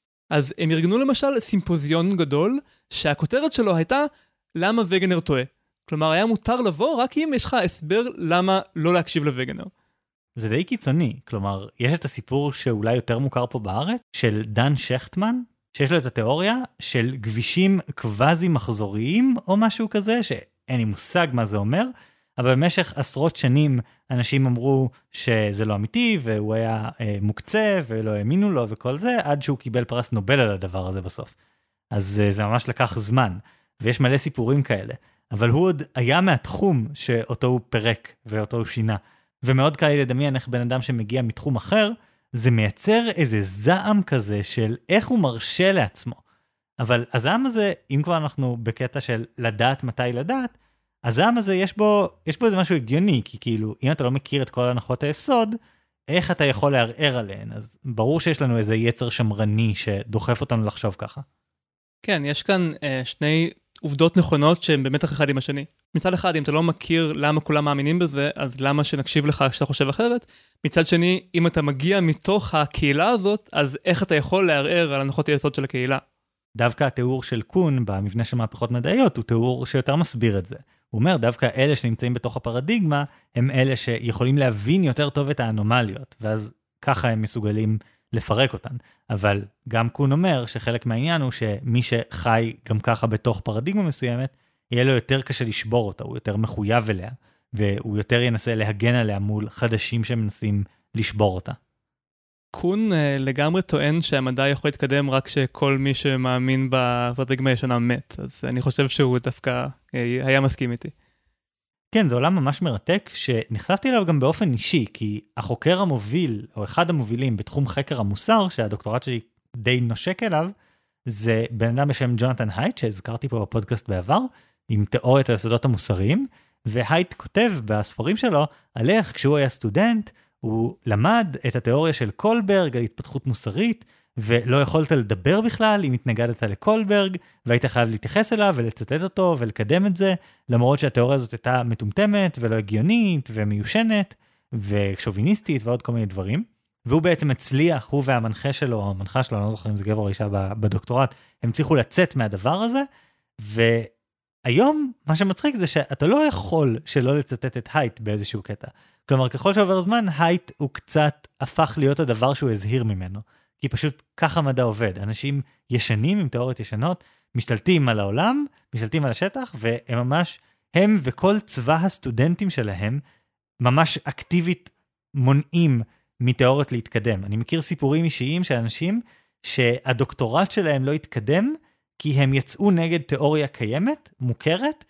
Speaker 1: אז הם ארגנו למשל סימפוזיון גדול, שהכותרת שלו הייתה למה וגנר טועה. כלומר, היה מותר לבוא רק אם יש לך הסבר למה לא להקשיב לווגנר.
Speaker 2: זה די קיצוני, כלומר, יש את הסיפור שאולי יותר מוכר פה בארץ, של דן שכטמן, שיש לו את התיאוריה של גבישים קוואזי מחזוריים או משהו כזה, שאין לי מושג מה זה אומר, אבל במשך עשרות שנים אנשים אמרו שזה לא אמיתי, והוא היה אה, מוקצה ולא האמינו לו וכל זה, עד שהוא קיבל פרס נובל על הדבר הזה בסוף. אז אה, זה ממש לקח זמן, ויש מלא סיפורים כאלה, אבל הוא עוד היה מהתחום שאותו הוא פרק ואותו הוא שינה. ומאוד קל לי לדמיין איך בן אדם שמגיע מתחום אחר, זה מייצר איזה זעם כזה של איך הוא מרשה לעצמו. אבל הזעם הזה, אם כבר אנחנו בקטע של לדעת מתי לדעת, הזעם הזה יש בו, יש בו איזה משהו הגיוני, כי כאילו, אם אתה לא מכיר את כל הנחות היסוד, איך אתה יכול לערער עליהן? אז ברור שיש לנו איזה יצר שמרני שדוחף אותנו לחשוב ככה.
Speaker 1: כן, יש כאן אה, שני עובדות נכונות שהן באמת אחד עם השני. מצד אחד, אם אתה לא מכיר למה כולם מאמינים בזה, אז למה שנקשיב לך כשאתה חושב אחרת? מצד שני, אם אתה מגיע מתוך הקהילה הזאת, אז איך אתה יכול לערער על הנחות היסוד של הקהילה?
Speaker 2: דווקא התיאור של קון במבנה של מהפכות מדעיות הוא תיאור שיותר מסביר את זה. הוא אומר, דווקא אלה שנמצאים בתוך הפרדיגמה, הם אלה שיכולים להבין יותר טוב את האנומליות, ואז ככה הם מסוגלים לפרק אותן. אבל גם קון אומר שחלק מהעניין הוא שמי שחי גם ככה בתוך פרדיגמה מסוימת, יהיה לו יותר קשה לשבור אותה, הוא יותר מחויב אליה, והוא יותר ינסה להגן עליה מול חדשים שמנסים לשבור אותה.
Speaker 1: קון לגמרי טוען שהמדע יכול להתקדם רק שכל מי שמאמין בפרדיגמה ישנה מת, אז אני חושב שהוא דווקא היה מסכים איתי.
Speaker 2: כן, זה עולם ממש מרתק, שנחשפתי אליו גם באופן אישי, כי החוקר המוביל, או אחד המובילים בתחום חקר המוסר, שהדוקטורט שלי די נושק אליו, זה בן אדם בשם ג'ונתן הייט, שהזכרתי פה בפודקאסט בעבר, עם תיאוריית היסודות המוסריים, והייט כותב בספרים שלו, על איך כשהוא היה סטודנט, הוא למד את התיאוריה של קולברג על התפתחות מוסרית, ולא יכולת לדבר בכלל אם התנגדת לקולברג, והיית חייב להתייחס אליו ולצטט אותו ולקדם את זה, למרות שהתיאוריה הזאת הייתה מטומטמת ולא הגיונית ומיושנת ושוביניסטית ועוד כל מיני דברים. והוא בעצם הצליח, הוא והמנחה שלו, או המנחה שלו, אני לא זוכר אם זה גבר או אישה בדוקטורט, הם הצליחו לצאת מהדבר הזה, והיום מה שמצחיק זה שאתה לא יכול שלא לצטט את הייט באיזשהו קטע. כלומר, ככל שעובר זמן, הייט הוא קצת הפך להיות הדבר שהוא הזהיר ממנו. כי פשוט ככה מדע עובד. אנשים ישנים עם תיאוריות ישנות, משתלטים על העולם, משתלטים על השטח, והם ממש, הם וכל צבא הסטודנטים שלהם, ממש אקטיבית מונעים מתיאוריות להתקדם. אני מכיר סיפורים אישיים של אנשים, שהדוקטורט שלהם לא התקדם, כי הם יצאו נגד תיאוריה קיימת, מוכרת,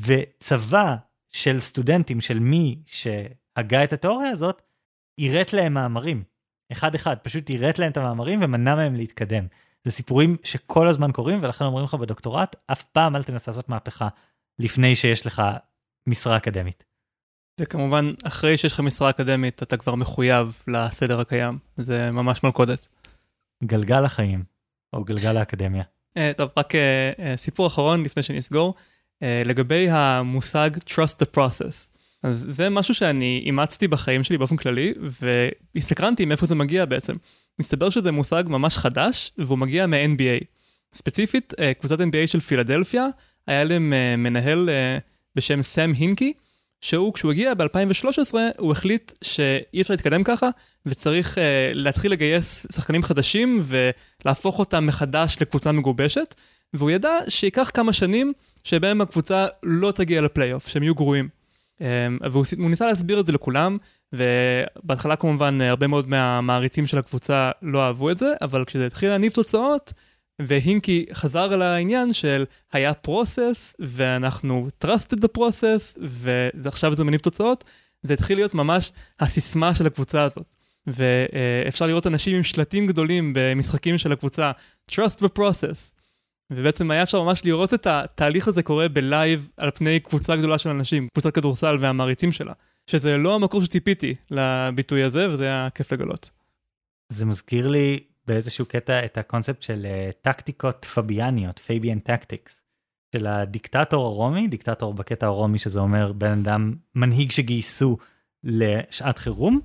Speaker 2: וצבא של סטודנטים, של מי שהגה את התיאוריה הזאת, יראת להם מאמרים. אחד אחד, פשוט יראת להם את המאמרים ומנע מהם להתקדם. זה סיפורים שכל הזמן קורים, ולכן אומרים לך בדוקטורט, אף פעם אל תנסה לעשות מהפכה, לפני שיש לך משרה אקדמית.
Speaker 1: וכמובן, אחרי שיש לך משרה אקדמית, אתה כבר מחויב לסדר הקיים. זה ממש מלכודת.
Speaker 2: גלגל החיים, או גלגל האקדמיה.
Speaker 1: טוב, רק סיפור אחרון לפני שנסגור, לגבי המושג trust the process. אז זה משהו שאני אימצתי בחיים שלי באופן כללי, והסתקרנתי מאיפה זה מגיע בעצם. מסתבר שזה מושג ממש חדש, והוא מגיע מה-אן בי איי. ספציפית, קבוצת אן בי איי של פילדלפיה, היה להם מנהל בשם סם הינקי, שהוא כשהוא הגיע ב-אלפיים ושלוש עשרה, הוא החליט שאי אפשר להתקדם ככה, וצריך להתחיל לגייס שחקנים חדשים, ולהפוך אותם מחדש לקבוצה מגובשת, והוא ידע שיקח כמה שנים, שבהם הקבוצה לא תגיע לפלייאוף, שהם יהיו גרועים. והוא ניסה להסביר את זה לכולם, ובהתחלה כמובן הרבה מאוד מהמעריצים של הקבוצה לא אהבו את זה, אבל כשזה התחיל להניב תוצאות, והינקי חזר על העניין של היה פרוסס, ואנחנו trusted the process, ועכשיו זה מניב תוצאות, זה התחיל להיות ממש הסיסמה של הקבוצה הזאת. ואפשר לראות אנשים עם שלטים גדולים במשחקים של הקבוצה, trust the process. ובעצם היה אפשר ממש לראות את התהליך הזה קורה בלייב על פני קבוצה גדולה של אנשים, קבוצת כדורסל והמעריצים שלה. שזה לא המקור שציפיתי לביטוי הזה, וזה היה כיף לגלות.
Speaker 2: זה מזכיר לי באיזשהו קטע את הקונספט של טקטיקות פביאניות, פייביאן טקטיקס, של הדיקטטור הרומי, דיקטטור בקטע הרומי, שזה אומר בן אדם מנהיג שגייסו לשעת חירום,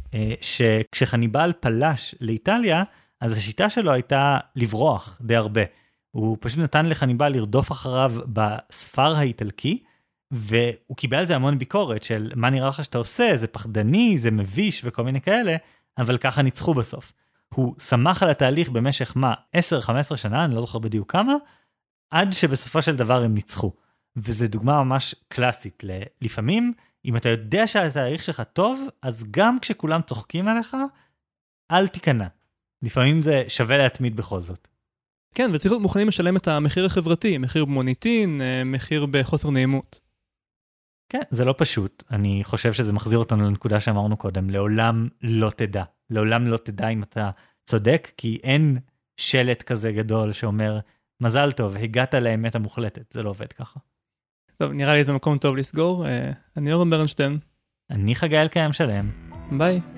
Speaker 2: שכשחניבל פלש לאיטליה, אז השיטה שלו הייתה לברוח די הרבה. הוא פשוט נתן לחניבל לרדוף אחריו בספר האיטלקי, והוא קיבל על זה המון ביקורת של מה נראה לך שאתה עושה, זה פחדני, זה מביש וכל מיני כאלה, אבל ככה ניצחו בסוף. הוא שמח על התהליך במשך מה, עשר חמש עשרה שנה, אני לא זוכר בדיוק כמה, עד שבסופו של דבר הם ניצחו. וזו דוגמה ממש קלאסית. לפעמים, אם אתה יודע שהתהליך שלך טוב, אז גם כשכולם צוחקים עליך, אל תיכנע. לפעמים זה שווה להתמיד בכל זאת.
Speaker 1: כן, וצריך להיות מוכנים לשלם את המחיר החברתי, מחיר במוניטין, מחיר בחוסר נעימות.
Speaker 2: כן, זה לא פשוט. אני חושב שזה מחזיר אותנו לנקודה שאמרנו קודם, לעולם לא תדע. לעולם לא תדע אם אתה צודק, כי אין שלט כזה גדול שאומר, מזל טוב, הגעת לאמת המוחלטת. זה לא עובד ככה.
Speaker 1: טוב, נראה לי זה מקום טוב לסגור. אני אורן ברנשטיין.
Speaker 2: אני חגי אלקיים שלם.
Speaker 1: ביי.